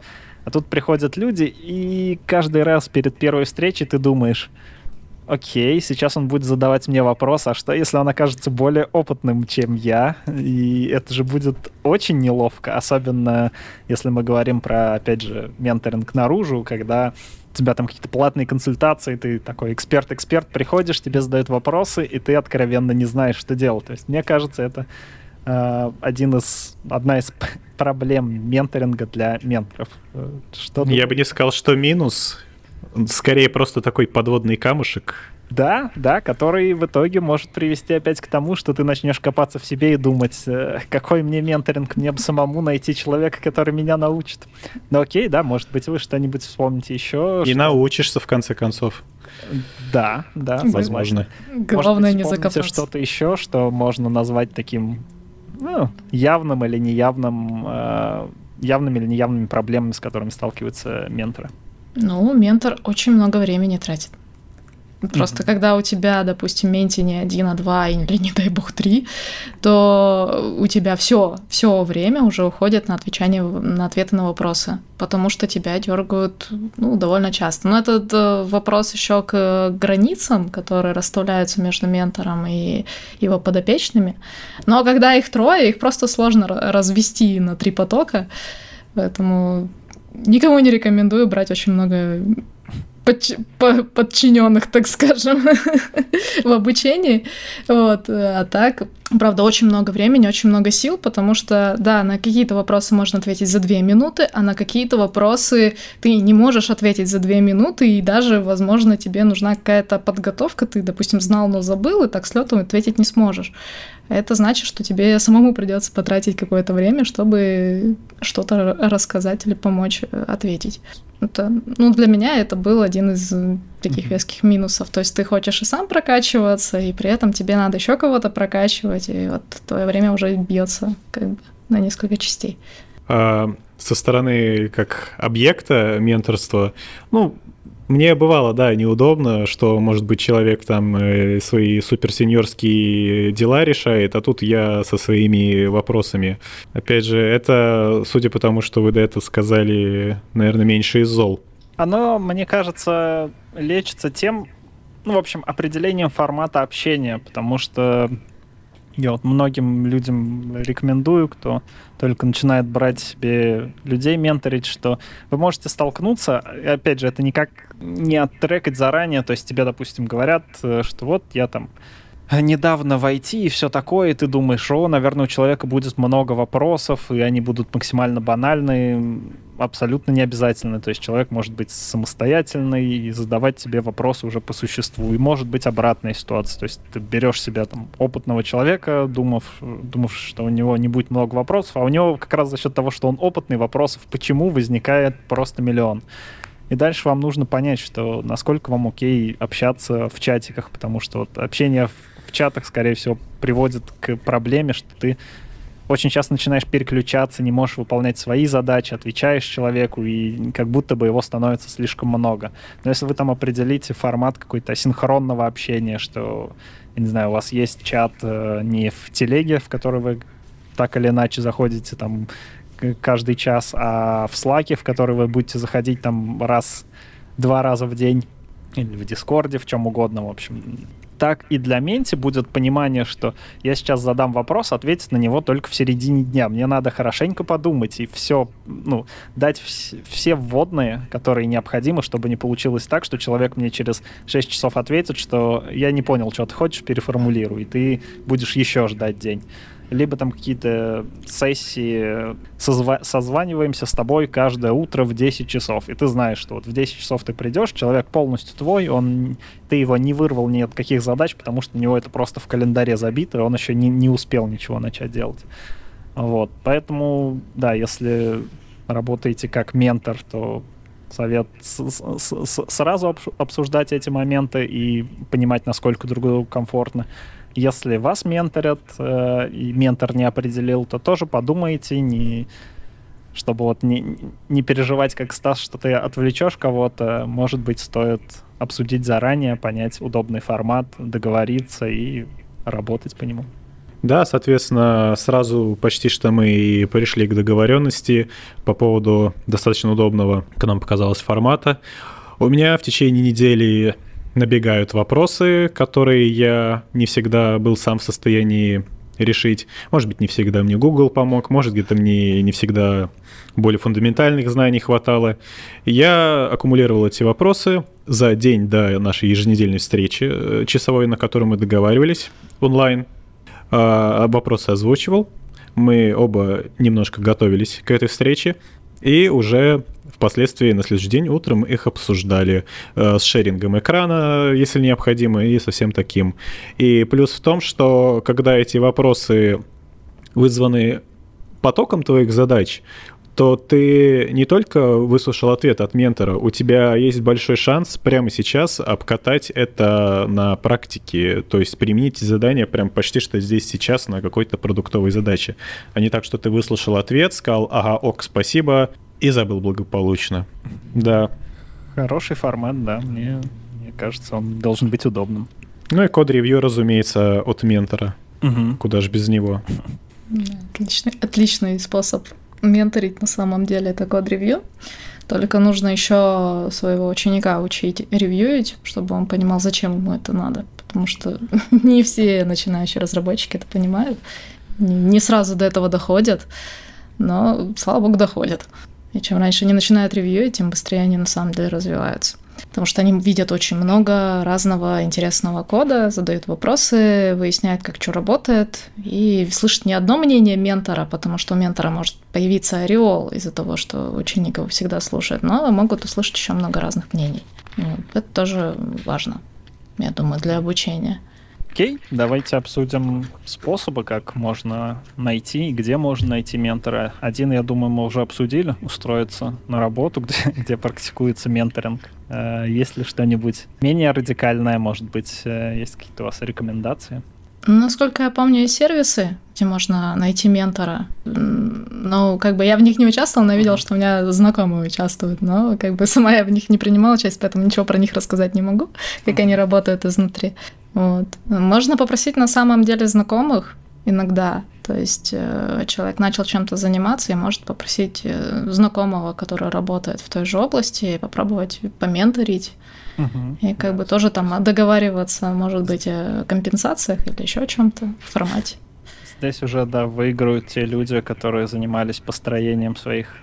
А тут приходят люди, и каждый раз перед первой встречей ты думаешь: окей, сейчас он будет задавать мне вопрос, а что, если он окажется более опытным, чем я? И это же будет очень неловко, особенно если мы говорим про, опять же, менторинг наружу, когда у тебя там какие-то платные консультации, ты такой эксперт-эксперт, приходишь, тебе задают вопросы, и ты откровенно не знаешь, что делать. То есть, мне кажется, это э, один из, одна из проблем менторинга для менторов. Что Я бы не сказал, что минус. Скорее, просто такой подводный камушек. Да, да, который в итоге может привести опять к тому, что ты начнешь копаться в себе и думать, какой мне менторинг, мне бы самому найти человека, который меня научит. Ну окей, да, может быть, вы что-нибудь вспомните еще. И что... научишься, в конце концов. Да, да, возможно. Главное может быть, не закопаться. Что-то еще, что можно назвать таким, ну, явным или неявным, э, явными или неявными проблемами, с которыми сталкиваются менторы. Ну, ментор очень много времени тратит. Просто mm-hmm. когда у тебя, допустим, менти не один, а два, или, не дай бог, три, то у тебя все, все время уже уходит на отвечание, на ответы на вопросы, потому что тебя дергают, ну, довольно часто. Но этот вопрос еще к границам, которые расставляются между ментором и его подопечными. Но когда их трое, их просто сложно развести на три потока, поэтому никому не рекомендую брать очень много подчиненных, так скажем, в обучении. Вот. А так, правда, очень много времени, очень много сил, потому что, да, на какие-то вопросы можно ответить за две минуты, а на какие-то вопросы ты не можешь ответить за две минуты, и даже, возможно, тебе нужна какая-то подготовка, ты, допустим, знал, но забыл, и так с лету ответить не сможешь. Это значит, что тебе самому придется потратить какое-то время, чтобы что-то рассказать или помочь ответить. Это, ну, для меня это был один из таких веских минусов. То есть ты хочешь и сам прокачиваться, и при этом тебе надо еще кого-то прокачивать, и вот твое время уже бьется как бы на несколько частей. А со стороны как объекта менторства, ну, мне бывало, да, неудобно, что, может быть, человек там свои суперсеньорские дела решает, а тут я со своими вопросами. Опять же, это, судя по тому, что вы до этого сказали, наверное, меньше из зол. Оно, мне кажется, лечится тем, ну, в общем, определением формата общения, потому что я вот многим людям рекомендую, кто только начинает брать себе людей, менторить, что вы можете столкнуться, и опять же, это никак не оттрекать заранее, то есть тебе, допустим, говорят, что вот я там недавно в ай ти и все такое, и ты думаешь, о, наверное, у человека будет много вопросов, и они будут максимально банальные, абсолютно не обязательно. То есть человек может быть самостоятельный и задавать тебе вопросы уже по существу. И может быть обратная ситуация. То есть ты берешь себя там опытного человека, думав, думав, что у него не будет много вопросов, а у него как раз за счет того, что он опытный, вопросов почему возникает просто миллион. И дальше вам нужно понять, что насколько вам окей общаться в чатиках, потому что вот общение в чатах, скорее всего, приводит к проблеме, что ты очень часто начинаешь переключаться, не можешь выполнять свои задачи, отвечаешь человеку, и как будто бы его становится слишком много. Но если вы там определите формат какой-то асинхронного общения, что, я не знаю, у вас есть чат э, не в телеге, в который вы так или иначе заходите там каждый час, а в Slack, в который вы будете заходить там раз, два раза в день, или в Дискорде, в чем угодно, в общем. Так и для менти будет понимание, что я сейчас задам вопрос, ответить на него только в середине дня. Мне надо хорошенько подумать и все, ну, дать вс- все вводные, которые необходимы, чтобы не получилось так, что человек мне через шесть часов ответит, что я не понял, что ты хочешь, переформулируй, и ты будешь еще ждать день. Либо там какие-то сессии, созва- созваниваемся с тобой каждое утро в десять часов, и ты знаешь, что вот в десять часов ты придешь, человек полностью твой, он, ты его не вырвал ни от каких задач, потому что у него это просто в календаре забито, и он еще не, не успел ничего начать делать. Вот, поэтому, да, если работаете как ментор, то совет с- с- с- сразу обсуждать эти моменты и понимать, насколько друг другу комфортно. Если вас менторят, э, и ментор не определил, то тоже подумайте, не, чтобы вот не, не переживать как Стас, что ты отвлечешь кого-то. Может быть, стоит обсудить заранее, понять удобный формат, договориться и работать по нему. Да, соответственно, сразу почти что мы и пришли к договоренности по поводу достаточно удобного, как нам показалось, формата. У меня в течение недели набегают вопросы, которые я не всегда был сам в состоянии решить. Может быть, не всегда мне Google помог, может, где-то мне не всегда более фундаментальных знаний хватало. Я аккумулировал эти вопросы за день до нашей еженедельной встречи часовой, на которой мы договаривались онлайн. Вопросы озвучивал. Мы оба немножко готовились к этой встрече и уже впоследствии на следующий день утром их обсуждали э, с шерингом экрана, если необходимо, и со всем таким. И плюс в том, что когда эти вопросы вызваны потоком твоих задач, то ты не только выслушал ответ от ментора, у тебя есть большой шанс прямо сейчас обкатать это на практике, то есть применить задание прям почти что здесь сейчас на какой-то продуктовой задаче, а не так, что ты выслушал ответ, сказал «ага, ок, спасибо», и забыл благополучно. Да. Хороший формат, да, мне, мне кажется, он должен быть удобным. Ну и код-ревью, разумеется, от ментора. Угу. Куда же без него. Отличный, отличный способ менторить на самом деле это код-ревью. Только нужно еще своего ученика учить ревьюить, чтобы он понимал, зачем ему это надо. Потому что не все начинающие разработчики это понимают. Не сразу до этого доходят, но, слава богу, доходят. И чем раньше они начинают ревьюить, тем быстрее они на самом деле развиваются. Потому что они видят очень много разного интересного кода, задают вопросы, выясняют, как что работает, и слышат не одно мнение ментора, потому что у ментора может появиться ореол из-за того, что ученик его всегда слушает, но могут услышать еще много разных мнений. Вот. Это тоже важно, я думаю, для обучения. Окей, давайте обсудим способы, как можно найти и где можно найти ментора. Один, я думаю, мы уже обсудили, устроиться на работу, где, где практикуется менторинг. Есть ли что-нибудь менее радикальное, может быть, есть какие-то у вас рекомендации? Насколько я помню, есть сервисы, где можно найти ментора. Ну, как бы я в них не участвовала, но видела, что у меня знакомые участвуют, но как бы сама я в них не принимала часть, поэтому ничего про них рассказать не могу, как они работают изнутри. Вот. Можно попросить на самом деле знакомых иногда, то есть человек начал чем-то заниматься и может попросить знакомого, который работает в той же области, и попробовать поменторить. Uh-huh. И как бы тоже там договариваться, может быть, о компенсациях или еще о чем-то в формате. Здесь уже, да, выиграют те люди, которые занимались построением своих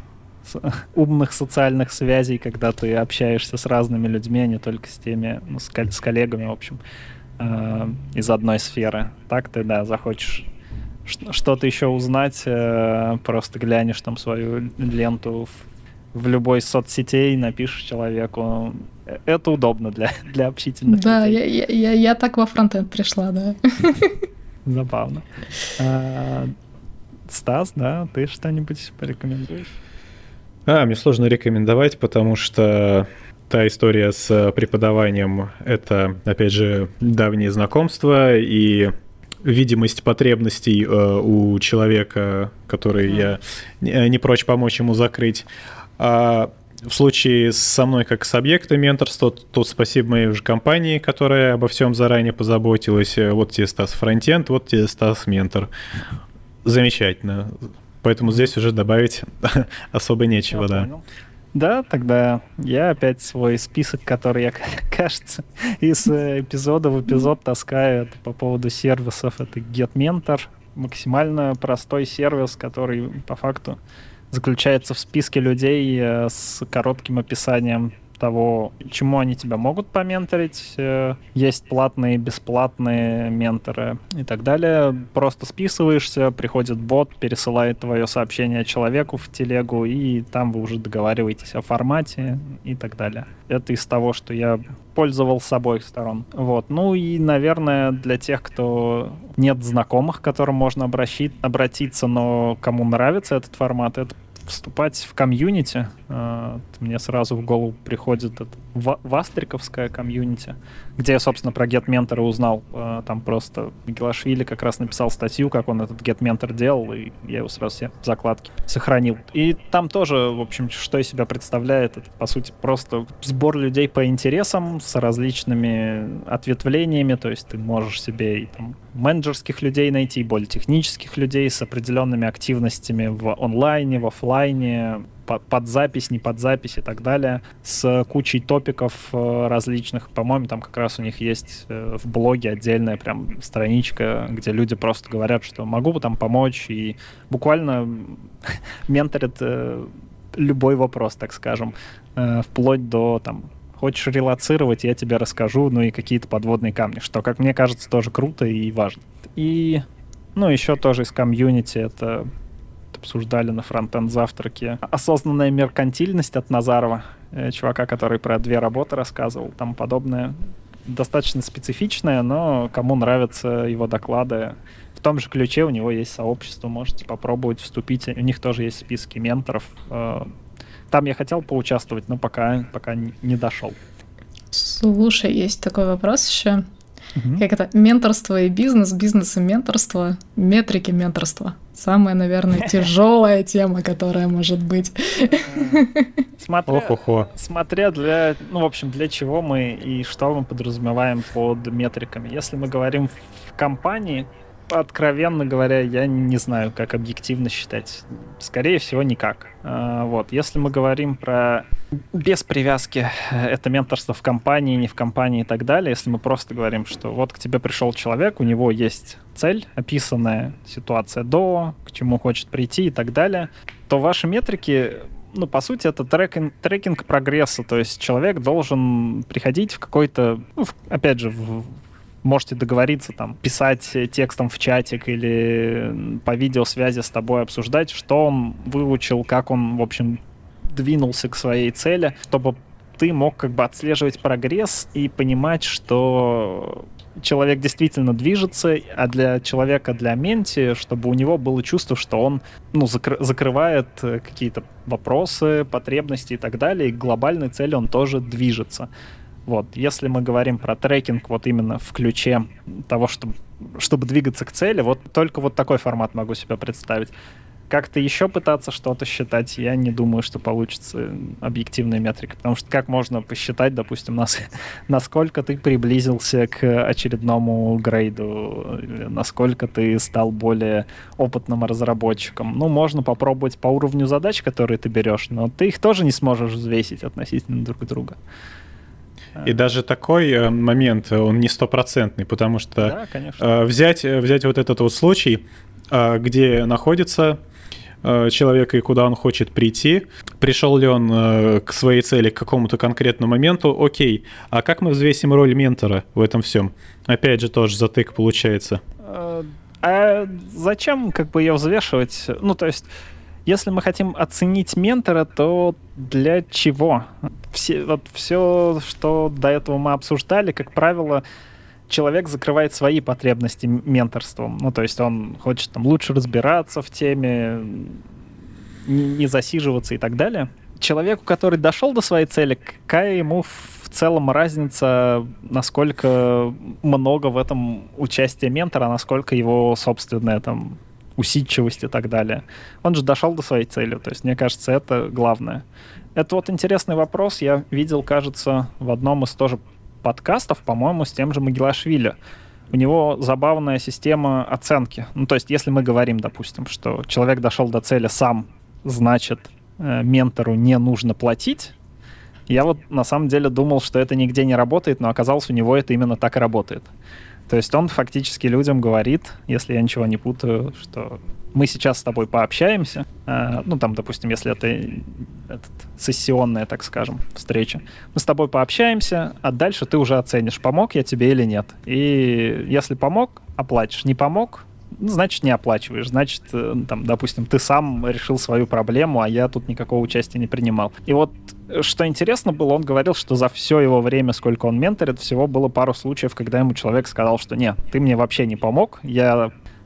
умных социальных связей, когда ты общаешься с разными людьми, а не только с теми, ну, с, с коллегами, в общем, э, из одной сферы. Так ты, да, захочешь что-то еще узнать, э, просто глянешь там свою ленту в, в любой из соцсетей, напишешь человеку. Это удобно для, для общительных да, людей. Да, я, я, я так во фронтенд пришла, да. Забавно. А, Стас, да, ты что-нибудь порекомендуешь? А, мне сложно рекомендовать, потому что та история с преподаванием — это, опять же, давние знакомства и видимость потребностей э, у человека, который mm. я не, не прочь помочь ему закрыть. А в случае со мной как с объектом менторства, тут спасибо моей уже компании, которая обо всем заранее позаботилась. Вот тебе, Стас, фронтенд, вот тебе, Стас, ментор. Замечательно. Поэтому здесь уже добавить особо нечего, я да. Понял. Да, тогда я опять свой список, который я, кажется, из эпизода в эпизод таскаю это по поводу сервисов. Это GetMentor. Максимально простой сервис, который по факту заключается в списке людей э, с коротким описанием того, чему они тебя могут поменторить. Э, есть платные, бесплатные менторы и так далее. Просто списываешься, приходит бот, пересылает твое сообщение человеку в телегу, и там вы уже договариваетесь о формате и так далее. Это из того, что я пользовал с обоих сторон. Вот. Ну и, наверное, для тех, кто нет знакомых, к которым можно обращить, обратиться, но кому нравится этот формат, это вступать в комьюнити. Мне сразу в голову приходит этот вастриковская комьюнити, где я, собственно, про GetMentor узнал. Там просто Мигелашвили как раз написал статью, как он этот GetMentor делал, и я его сразу все в закладке сохранил. И там тоже, в общем, что из себя представляет, это, по сути, просто сбор людей по интересам с различными ответвлениями, то есть ты можешь себе и там менеджерских людей найти, и более технических людей с определенными активностями в онлайне, в офлайне, под запись, не под запись и так далее, с кучей топиков различных. По-моему, там как раз у них есть в блоге отдельная прям страничка, где люди просто говорят, что могу там помочь, и буквально менторят любой вопрос, так скажем, вплоть до там хочешь релацировать, я тебе расскажу, ну и какие-то подводные камни, что, как мне кажется, тоже круто и важно. И, ну, еще тоже из комьюнити это обсуждали на фронтенд завтраке. Осознанная меркантильность от Назарова, чувака, который про две работы рассказывал, там подобное. Достаточно специфичное, но кому нравятся его доклады, в том же ключе у него есть сообщество, можете попробовать вступить. У них тоже есть списки менторов. Там я хотел поучаствовать, но пока, пока не дошел. Слушай, есть такой вопрос еще. Угу. Как это? Менторство и бизнес, бизнес и менторство, метрики менторства. Самая, наверное, тяжелая тема, которая может быть. Смотря, смотря для, ну, в общем, для чего мы и что мы подразумеваем под метриками. Если мы говорим в компании, откровенно говоря, я не знаю, как объективно считать. Скорее всего, никак. Вот. Если мы говорим про без привязки, это менторство в компании, не в компании и так далее, если мы просто говорим, что вот к тебе пришел человек, у него есть цель, описанная ситуация до, к чему хочет прийти и так далее, то ваши метрики, ну, по сути, это трекинг, трекинг прогресса, то есть человек должен приходить в какой-то, ну, в, опять же, в можете договориться, там, писать текстом в чатик или по видеосвязи с тобой обсуждать, что он выучил, как он, в общем, двинулся к своей цели, чтобы ты мог как бы отслеживать прогресс и понимать, что человек действительно движется, а для человека, для менти, чтобы у него было чувство, что он, ну, закр- закрывает какие-то вопросы, потребности и так далее, и к глобальной цели он тоже движется. Вот, если мы говорим про трекинг вот именно в ключе того, чтобы, чтобы двигаться к цели, вот только вот такой формат могу себе представить. Как-то еще пытаться что-то считать, я не думаю, что получится объективная метрика, потому что как можно посчитать, допустим, нас, насколько ты приблизился к очередному грейду, насколько ты стал более опытным разработчиком. Ну, можно попробовать по уровню задач, которые ты берешь, но ты их тоже не сможешь взвесить относительно друг друга. И даже такой момент, он не стопроцентный, потому что да, взять, взять вот этот вот случай, где находится человек и куда он хочет прийти, пришел ли он к своей цели к какому-то конкретному моменту, окей, а как мы взвесим роль ментора в этом всем? Опять же, тоже затык получается. А зачем как бы ее взвешивать? Ну, то есть, если мы хотим оценить ментора, то для чего? Все, вот все, что до этого мы обсуждали, как правило, человек закрывает свои потребности менторством. Ну, то есть он хочет там лучше разбираться в теме, не, не засиживаться и так далее. Человеку, который дошел до своей цели, какая ему в целом разница, насколько много в этом участия ментора, насколько его собственная там усидчивость и так далее. Он же дошел до своей цели, то есть, мне кажется, это главное. Это вот интересный вопрос, я видел, кажется, в одном из тоже подкастов, по-моему, с тем же Мигелашвили. У него забавная система оценки. Ну, то есть, если мы говорим, допустим, что человек дошел до цели сам, значит, э, ментору не нужно платить, я вот на самом деле думал, что это нигде не работает, но оказалось, у него это именно так и работает. То есть он фактически людям говорит, если я ничего не путаю, что мы сейчас с тобой пообщаемся, э, ну там, допустим, если это этот, сессионная, так скажем, встреча, мы с тобой пообщаемся, а дальше ты уже оценишь, помог я тебе или нет. И если помог, оплатишь, не помог, ну, значит, не оплачиваешь, значит, э, там, допустим, ты сам решил свою проблему, а я тут никакого участия не принимал. И вот что интересно было, он говорил, что за все его время, сколько он менторит, всего было пару случаев, когда ему человек сказал, что нет, ты мне вообще не помог, я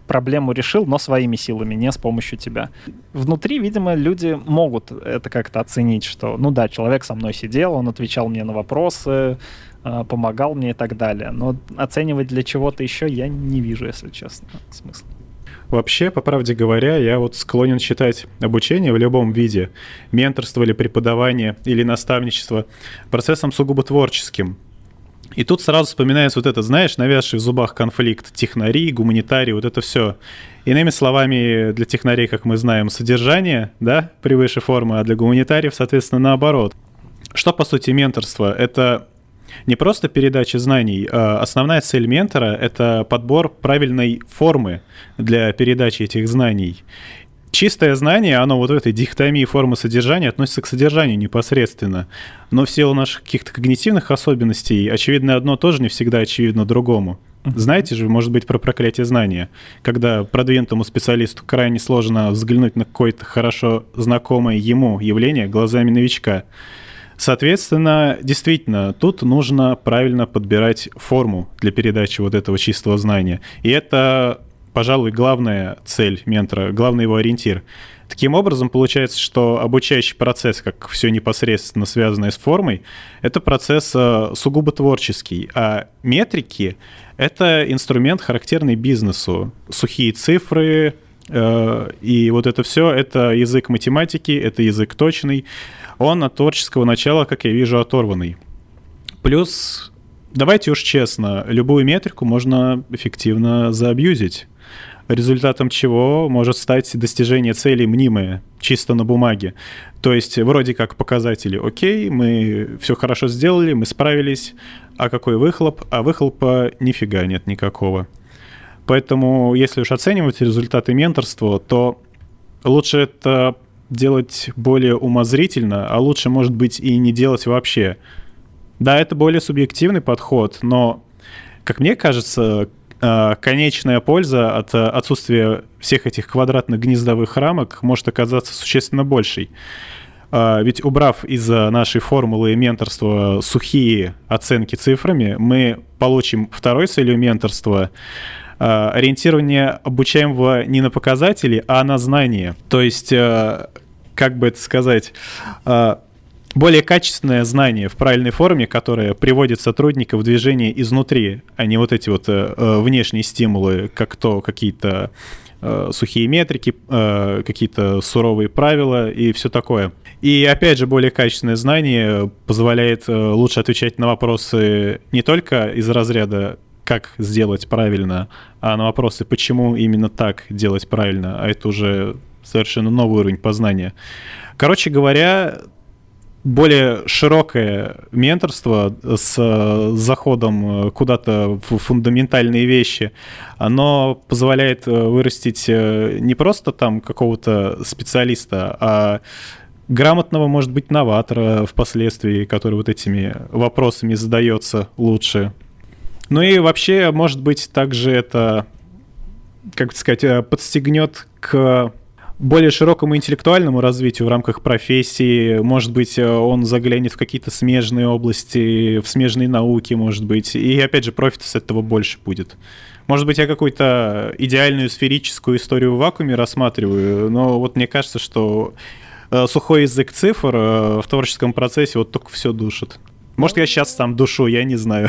проблему решил, но своими силами, не с помощью тебя. Внутри, видимо, люди могут это как-то оценить, что, ну да, человек со мной сидел, он отвечал мне на вопросы, помогал мне и так далее. Но оценивать для чего-то еще я не вижу, если честно, смысла. Вообще, по правде говоря, я вот склонен считать обучение в любом виде, менторство или преподавание, или наставничество, процессом сугубо творческим. И тут сразу вспоминается вот это, знаешь, навязший в зубах конфликт технари, гуманитарий, вот это все. Иными словами, для технарей, как мы знаем, содержание, да, превыше формы, а для гуманитариев, соответственно, наоборот. Что, по сути, менторство? Это не просто передача знаний, а основная цель ментора — это подбор правильной формы для передачи этих знаний. Чистое знание, оно вот в этой дихотомии формы содержания относится к содержанию непосредственно. Но в силу наших каких-то когнитивных особенностей, очевидно одно тоже не всегда очевидно другому. Знаете же, может быть, про проклятие знания, когда продвинутому специалисту крайне сложно взглянуть на какое-то хорошо знакомое ему явление глазами новичка. Соответственно, действительно, тут нужно правильно подбирать форму для передачи вот этого чистого знания. И это, пожалуй, главная цель ментора, главный его ориентир. Таким образом, получается, что обучающий процесс, как все непосредственно связанное с формой, это процесс сугубо творческий, а метрики — это инструмент, характерный бизнесу. Сухие цифры э, и вот это все — это язык математики, это язык точный. Он от творческого начала, как я вижу, оторванный. Плюс, давайте уж честно, любую метрику можно эффективно заабьюзить, результатом чего может стать достижение целей мнимое, чисто на бумаге. То есть вроде как показатели: окей, мы все хорошо сделали, мы справились, а какой выхлоп? А выхлопа нифига нет никакого. Поэтому, если уж оценивать результаты менторства, то лучше это делать более умозрительно, а лучше, может быть, и не делать вообще. Да, это более субъективный подход, но, как мне кажется, конечная польза от отсутствия всех этих квадратных гнездовых рамок может оказаться существенно большей. Ведь, убрав из нашей формулы менторства сухие оценки цифрами, мы получим второй целью менторства ориентирование обучаемого не на показатели, а на знания. То есть, как бы это сказать, более качественное знание в правильной форме, которое приводит сотрудника в движение изнутри, а не вот эти вот внешние стимулы, как то какие-то сухие метрики, какие-то суровые правила и все такое. И опять же, более качественное знание позволяет лучше отвечать на вопросы не только из разряда «как сделать правильно», а на вопросы «почему именно так делать правильно», а это уже совершенно новый уровень познания. Короче говоря, более широкое менторство с заходом куда-то в фундаментальные вещи, оно позволяет вырастить не просто там какого-то специалиста, а грамотного, может быть, новатора впоследствии, который вот этими вопросами задается лучше. Ну и вообще, может быть, также это, как сказать, подстегнет к более широкому интеллектуальному развитию в рамках профессии. Может быть, он заглянет в какие-то смежные области, в смежные науки, может быть. И, опять же, профита с этого больше будет. Может быть, я какую-то идеальную сферическую историю в вакууме рассматриваю, но вот мне кажется, что сухой язык цифр в творческом процессе вот только все душит. Может, я сейчас сам душу, я не знаю.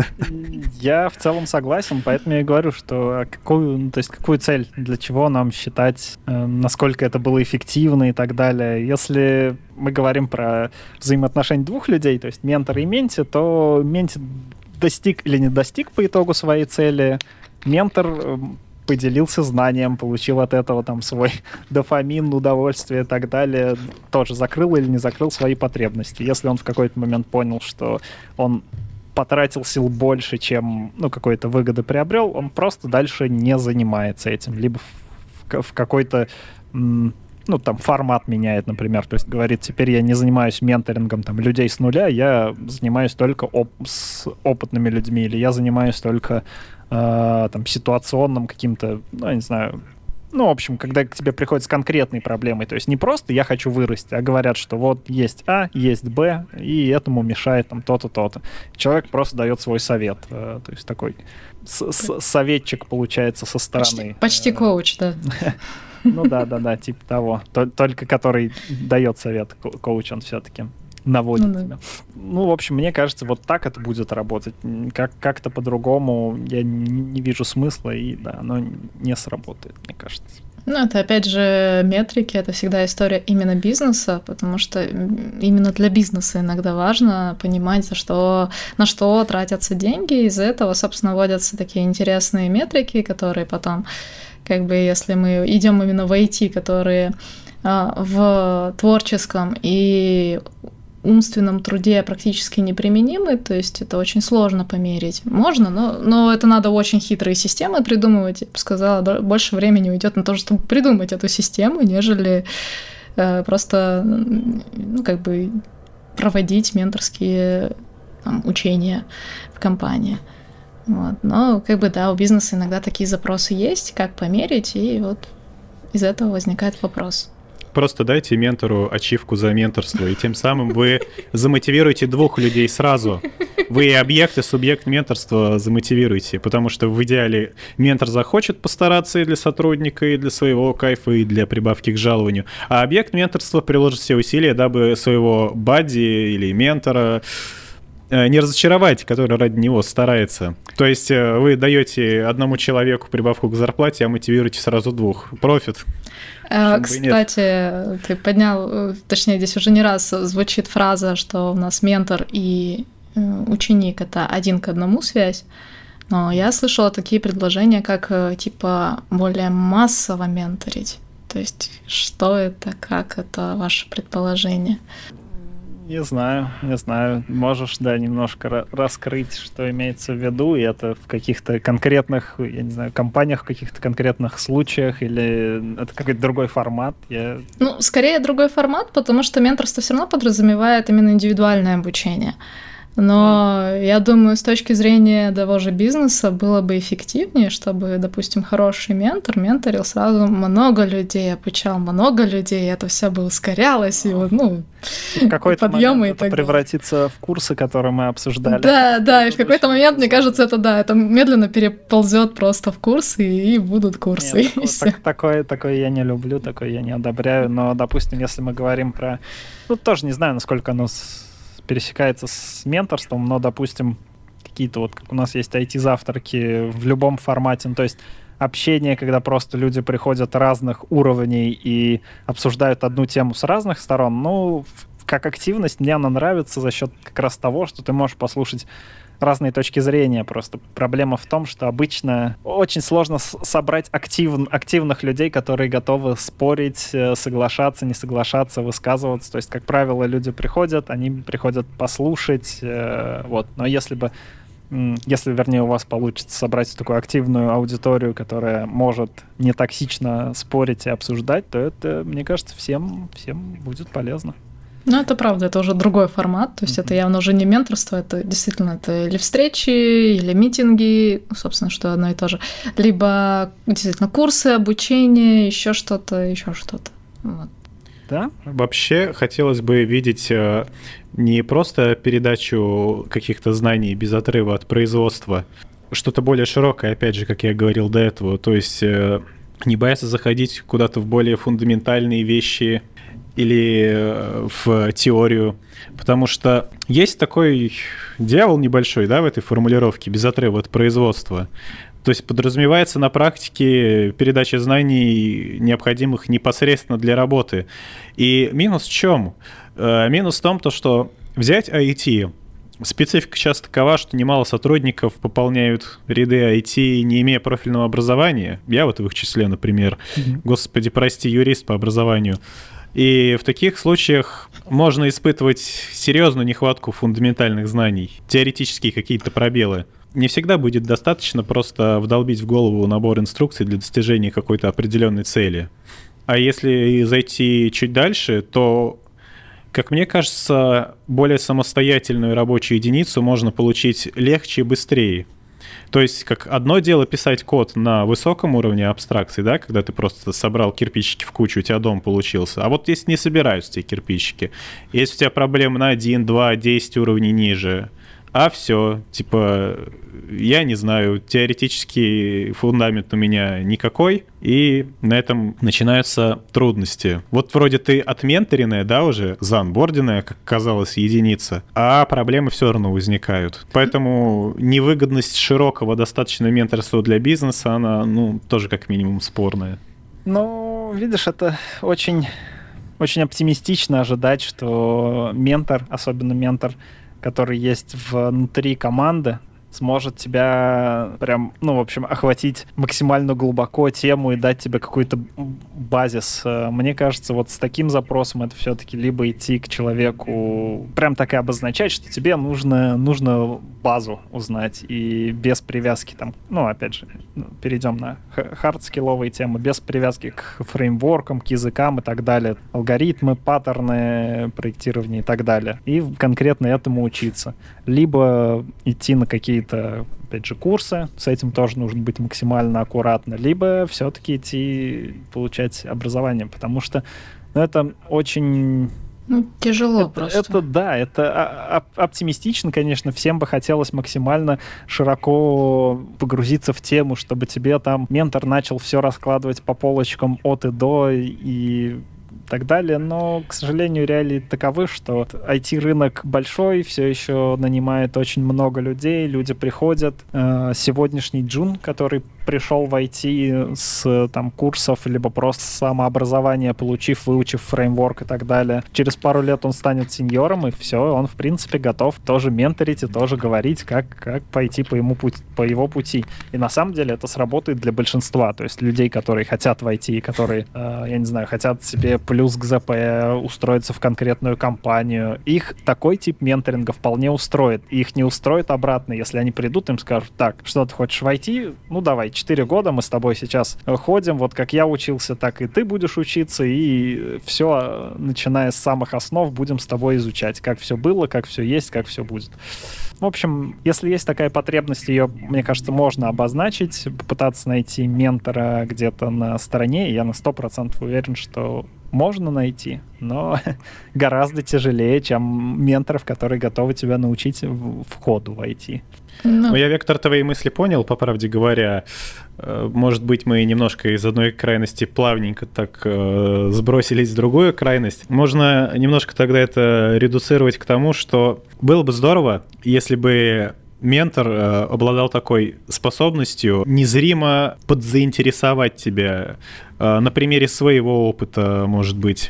Я в целом согласен, поэтому я и говорю, что какую, ну, то есть какую цель, для чего нам считать, э, насколько это было эффективно и так далее. Если мы говорим про взаимоотношения двух людей, то есть ментор и менти, то менти достиг или не достиг по итогу своей цели, ментор э, поделился знанием, получил от этого там свой дофамин, удовольствие и так далее, тоже закрыл или не закрыл свои потребности. Если он в какой-то момент понял, что он потратил сил больше, чем, ну, какой-то выгоды приобрел, он просто дальше не занимается этим. Либо в, в какой-то, ну, там, формат меняет, например. То есть говорит, теперь я не занимаюсь менторингом там людей с нуля, я занимаюсь только оп- с опытными людьми, или я занимаюсь только там, ситуационным каким-то, ну, я не знаю, Ну, в общем, когда к тебе приходят с конкретной проблемой, то есть не просто «я хочу вырасти», а говорят, что вот есть А, есть Б, и этому мешает там то-то, то-то. Человек просто дает свой совет. То есть такой советчик, получается, со стороны. Почти, почти коуч, да. Ну да, да, да, типа того. Только который дает совет, коуч он все-таки наводит ну, тебя. Да. Ну, в общем, мне кажется, вот так это будет работать. Как- как-то по-другому я не, не вижу смысла, и да, оно не сработает, мне кажется. Ну, это опять же метрики, это всегда история именно бизнеса, потому что именно для бизнеса иногда важно понимать, за что, на что тратятся деньги. Из-за этого, собственно, вводятся такие интересные метрики, которые потом, как бы, если мы идем именно в ай ти, которые а, в творческом и умственном труде практически неприменимы, то есть это очень сложно померить. Можно, но, но это надо очень хитрые системы придумывать. Я бы сказала, больше времени уйдет на то, чтобы придумать эту систему, нежели э, просто, ну, как бы проводить менторские там, учения в компании. Вот. Но, как бы, да, у бизнеса иногда такие запросы есть, как померить, и вот из этого возникает вопрос. Просто дайте ментору ачивку за менторство, и тем самым вы замотивируете двух людей сразу. Вы и объект, и субъект менторства замотивируете, потому что в идеале ментор захочет постараться и для сотрудника, и для своего кайфа, и для прибавки к жалованию, а объект менторства приложит все усилия, дабы своего бадди или ментора не разочаровать, который ради него старается. То есть вы даете одному человеку прибавку к зарплате, а мотивируете сразу двух. Профит. Кстати, ты поднял, точнее, здесь уже не раз звучит фраза, что у нас ментор и ученик — это один к одному связь, но я слышала такие предложения, как, типа, более массово менторить. То есть что это, как это, ваше предположение? Не знаю, не знаю. Можешь, да, немножко раскрыть, что имеется в виду, и это в каких-то конкретных, я не знаю, компаниях, в каких-то конкретных случаях, или это какой-то другой формат? Я... Ну, скорее другой формат, потому что менторство все равно подразумевает именно индивидуальное обучение. Но я думаю, с точки зрения того же бизнеса было бы эффективнее, чтобы, допустим, хороший ментор менторил сразу много людей, обучал много людей, это все бы ускорялось, и вот, ну, в какой-то момент это превратится в курсы, которые мы обсуждали. Да, да, и в какой-то момент, мне кажется, это да, это медленно переползет просто в курсы, и будут курсы. Нет, так, такое, такое я не люблю, такое я не одобряю, но, допустим, если мы говорим про... Ну, тоже не знаю, насколько оно... пересекается с менторством, но, допустим, какие-то вот, как у нас есть ай ти-завтраки в любом формате, ну, то есть общение, когда просто люди приходят разных уровней и обсуждают одну тему с разных сторон, ну, как активность мне она нравится за счет как раз того, что ты можешь послушать разные точки зрения. Просто проблема в том, что обычно очень сложно собрать актив, активных людей, которые готовы спорить, соглашаться, не соглашаться, высказываться. То есть, как правило, люди приходят, они приходят послушать. Вот. Но если бы, если, вернее, у вас получится собрать такую активную аудиторию, которая может не токсично спорить и обсуждать, то это, мне кажется, всем, всем будет полезно. Ну, это правда, это уже другой формат, то есть mm-hmm. это явно уже не менторство, это действительно это или встречи, или митинги, собственно, что одно и то же, либо действительно курсы, обучение, еще что-то, еще что-то. Вот. Да? Вообще хотелось бы видеть не просто передачу каких-то знаний без отрыва от производства, что-то более широкое, опять же, как я говорил до этого, то есть не бояться заходить куда-то в более фундаментальные вещи, или в теорию, потому что есть такой дьявол небольшой, да, в этой формулировке, без отрыва от производства. То есть подразумевается на практике передача знаний, необходимых непосредственно для работы. И минус в чем? Минус в том, то, что взять ай ти, специфика сейчас такова, что немало сотрудников пополняют ряды ай ти, не имея профильного образования. Я вот в их числе, например. Mm-hmm. Господи, прости, юрист по образованию. И в таких случаях можно испытывать серьезную нехватку фундаментальных знаний, теоретические какие-то пробелы. Не всегда будет достаточно просто вдолбить в голову набор инструкций для достижения какой-то определенной цели. А если зайти чуть дальше, то, как мне кажется, более самостоятельную рабочую единицу можно получить легче и быстрее. То есть, как одно дело писать код на высоком уровне абстракции, да, когда ты просто собрал кирпичики в кучу, у тебя дом получился. А вот если не собираются эти кирпичики, если у тебя проблемы на один, два, десять уровней ниже, а все, типа, я не знаю, теоретический фундамент у меня никакой, и на этом начинаются трудности. Вот вроде ты отменторенная, да, уже, заонборденная, как казалось, единица, а проблемы все равно возникают. Поэтому невыгодность широкого достаточно менторства для бизнеса, она, ну, тоже как минимум спорная. Ну, видишь, это очень, очень оптимистично ожидать, что ментор, особенно ментор, который есть внутри команды, сможет тебя прям, ну, в общем, охватить максимально глубоко тему и дать тебе какой-то базис. Мне кажется, вот с таким запросом это все-таки либо идти к человеку, прям так и обозначать, что тебе нужно, нужно базу узнать, и без привязки там, ну, опять же, перейдем на хардскилловые темы, без привязки к фреймворкам, к языкам и так далее, алгоритмы, паттерны проектирования и так далее, и конкретно этому учиться. Либо идти на какие-то, опять же, курсы, с этим тоже нужно быть максимально аккуратно, либо все-таки идти получать образование, потому что, ну, это очень... Ну, тяжело это, просто. Это, да, это оп- оптимистично, конечно, всем бы хотелось максимально широко погрузиться в тему, чтобы тебе там ментор начал все раскладывать по полочкам от и до и так далее, но, к сожалению, реалии таковы, что ай ти-рынок большой, все еще нанимает очень много людей, люди приходят. Сегодняшний джун, который пришел в ай ти с там курсов, либо просто самообразование, получив, выучив фреймворк и так далее, через пару лет он станет сеньором, и все, он, в принципе, готов тоже менторить и тоже говорить, как, как пойти по, ему путь, по его пути. И на самом деле это сработает для большинства, то есть людей, которые хотят в ай ти, которые, э, я не знаю, хотят себе плюс к зэ пэ, устроиться в конкретную компанию, их такой тип менторинга вполне устроит. И их не устроит обратно, если они придут, им скажут: так, что ты хочешь в ай ти? Ну давай, четыре года мы с тобой сейчас ходим, вот как я учился, так и ты будешь учиться, и все, начиная с самых основ, будем с тобой изучать, как все было, как все есть, как все будет. В общем, если есть такая потребность, ее, мне кажется, можно обозначить, попытаться найти ментора где-то на стороне, и я на сто процентов уверен, что можно найти, но гораздо тяжелее, чем менторов, которые готовы тебя научить входу в ай ти. Ну, ну, я вектор твоей мысли понял, по правде говоря. Может быть, мы немножко из одной крайности плавненько так э, сбросились в другую крайность. Можно немножко тогда это редуцировать к тому, что было бы здорово, если бы ментор э, обладал такой способностью незримо подзаинтересовать тебя. Э, на примере своего опыта, может быть,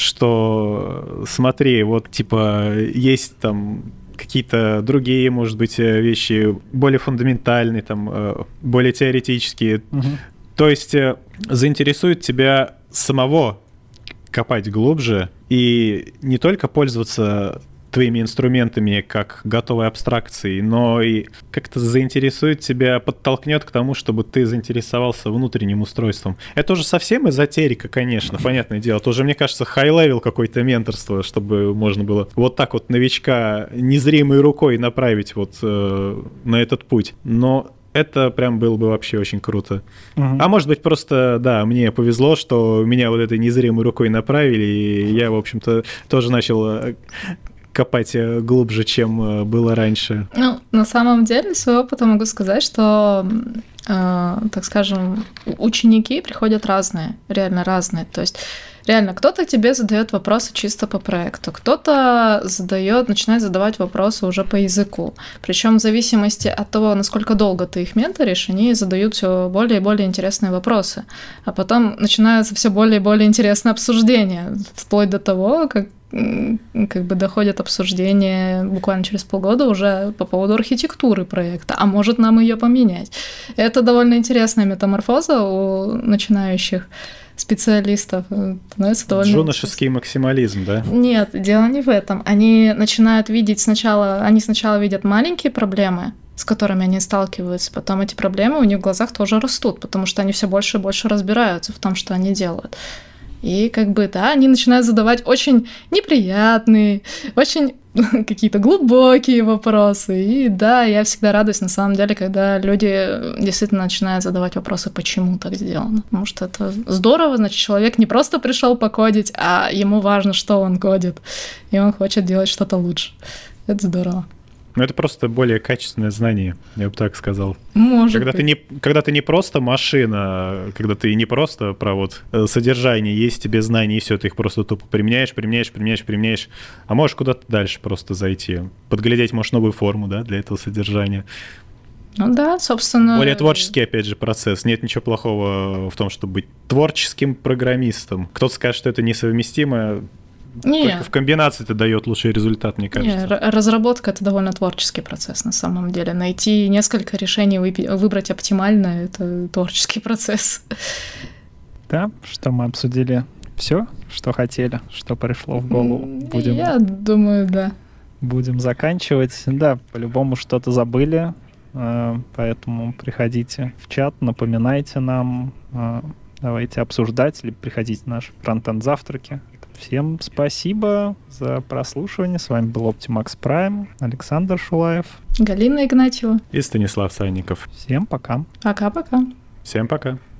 что смотри, вот типа есть там какие-то другие, может быть, вещи более фундаментальные, там, более теоретические. Угу. То есть заинтересует тебя самого копать глубже и не только пользоваться твоими инструментами как готовой абстракцией, но и как-то заинтересует тебя, подтолкнет к тому, чтобы ты заинтересовался внутренним устройством. Это уже совсем эзотерика, конечно, понятное дело. Это уже, мне кажется, хай-левел какое-то менторство, чтобы можно было вот так вот новичка незримой рукой направить вот э, на этот путь. Но это прям было бы вообще очень круто. Uh-huh. А может быть, просто, да, мне повезло, что меня вот этой незримой рукой направили, и я, в общем-то, тоже начал копать глубже, чем было раньше. Ну, на самом деле, с своего опыта могу сказать, что, э, так скажем, ученики приходят разные, реально разные. То есть реально кто-то тебе задает вопросы чисто по проекту, кто-то задает, начинает задавать вопросы уже по языку. Причем в зависимости от того, насколько долго ты их менторишь, они задают все более и более интересные вопросы. А потом начинаются все более и более интересные обсуждения, вплоть до того, как как бы доходят обсуждения буквально через полгода уже по поводу архитектуры проекта, а может нам ее поменять. Это довольно интересная метаморфоза у начинающих специалистов. Довольно... Джуношеский максимализм, да? Нет, дело не в этом. Они начинают видеть сначала, они сначала видят маленькие проблемы, с которыми они сталкиваются, потом эти проблемы у них в глазах тоже растут, потому что они все больше и больше разбираются в том, что они делают. И как бы, да, они начинают задавать очень неприятные, очень какие-то глубокие вопросы. И да, я всегда радуюсь, на самом деле, когда люди действительно начинают задавать вопросы, почему так сделано. Потому что это здорово, значит, человек не просто пришел покодить, а ему важно, что он кодит, и он хочет делать что-то лучше. Это здорово. Ну, это просто более качественное знание, я бы так сказал. Может когда быть. Ты не, когда ты не просто машина, когда ты не просто про вот содержание, есть тебе знания, и все, ты их просто тупо применяешь, применяешь, применяешь, применяешь, а можешь куда-то дальше просто зайти. Подглядеть, может, новую форму, да, для этого содержания. Ну да, собственно... Более творческий, опять же, процесс. Нет ничего плохого в том, чтобы быть творческим программистом. Кто-то скажет, что это несовместимо. Не. Только в комбинации это дает лучший результат, мне кажется. Не, разработка — это довольно творческий процесс на самом деле. Найти несколько решений, выбрать оптимальное — это творческий процесс. Да, что мы обсудили все, что хотели, что пришло в голову. Будем, Я думаю, да. Будем заканчивать. Да, по-любому что-то забыли, поэтому приходите в чат, напоминайте нам, давайте обсуждать, или приходите на наши фронтенд-завтраки. Всем спасибо за прослушивание. С вами был Optimax Prime, Александр Шулаев, Галина Игнатьева и Станислав Санников. Всем пока. Пока-пока. Всем пока.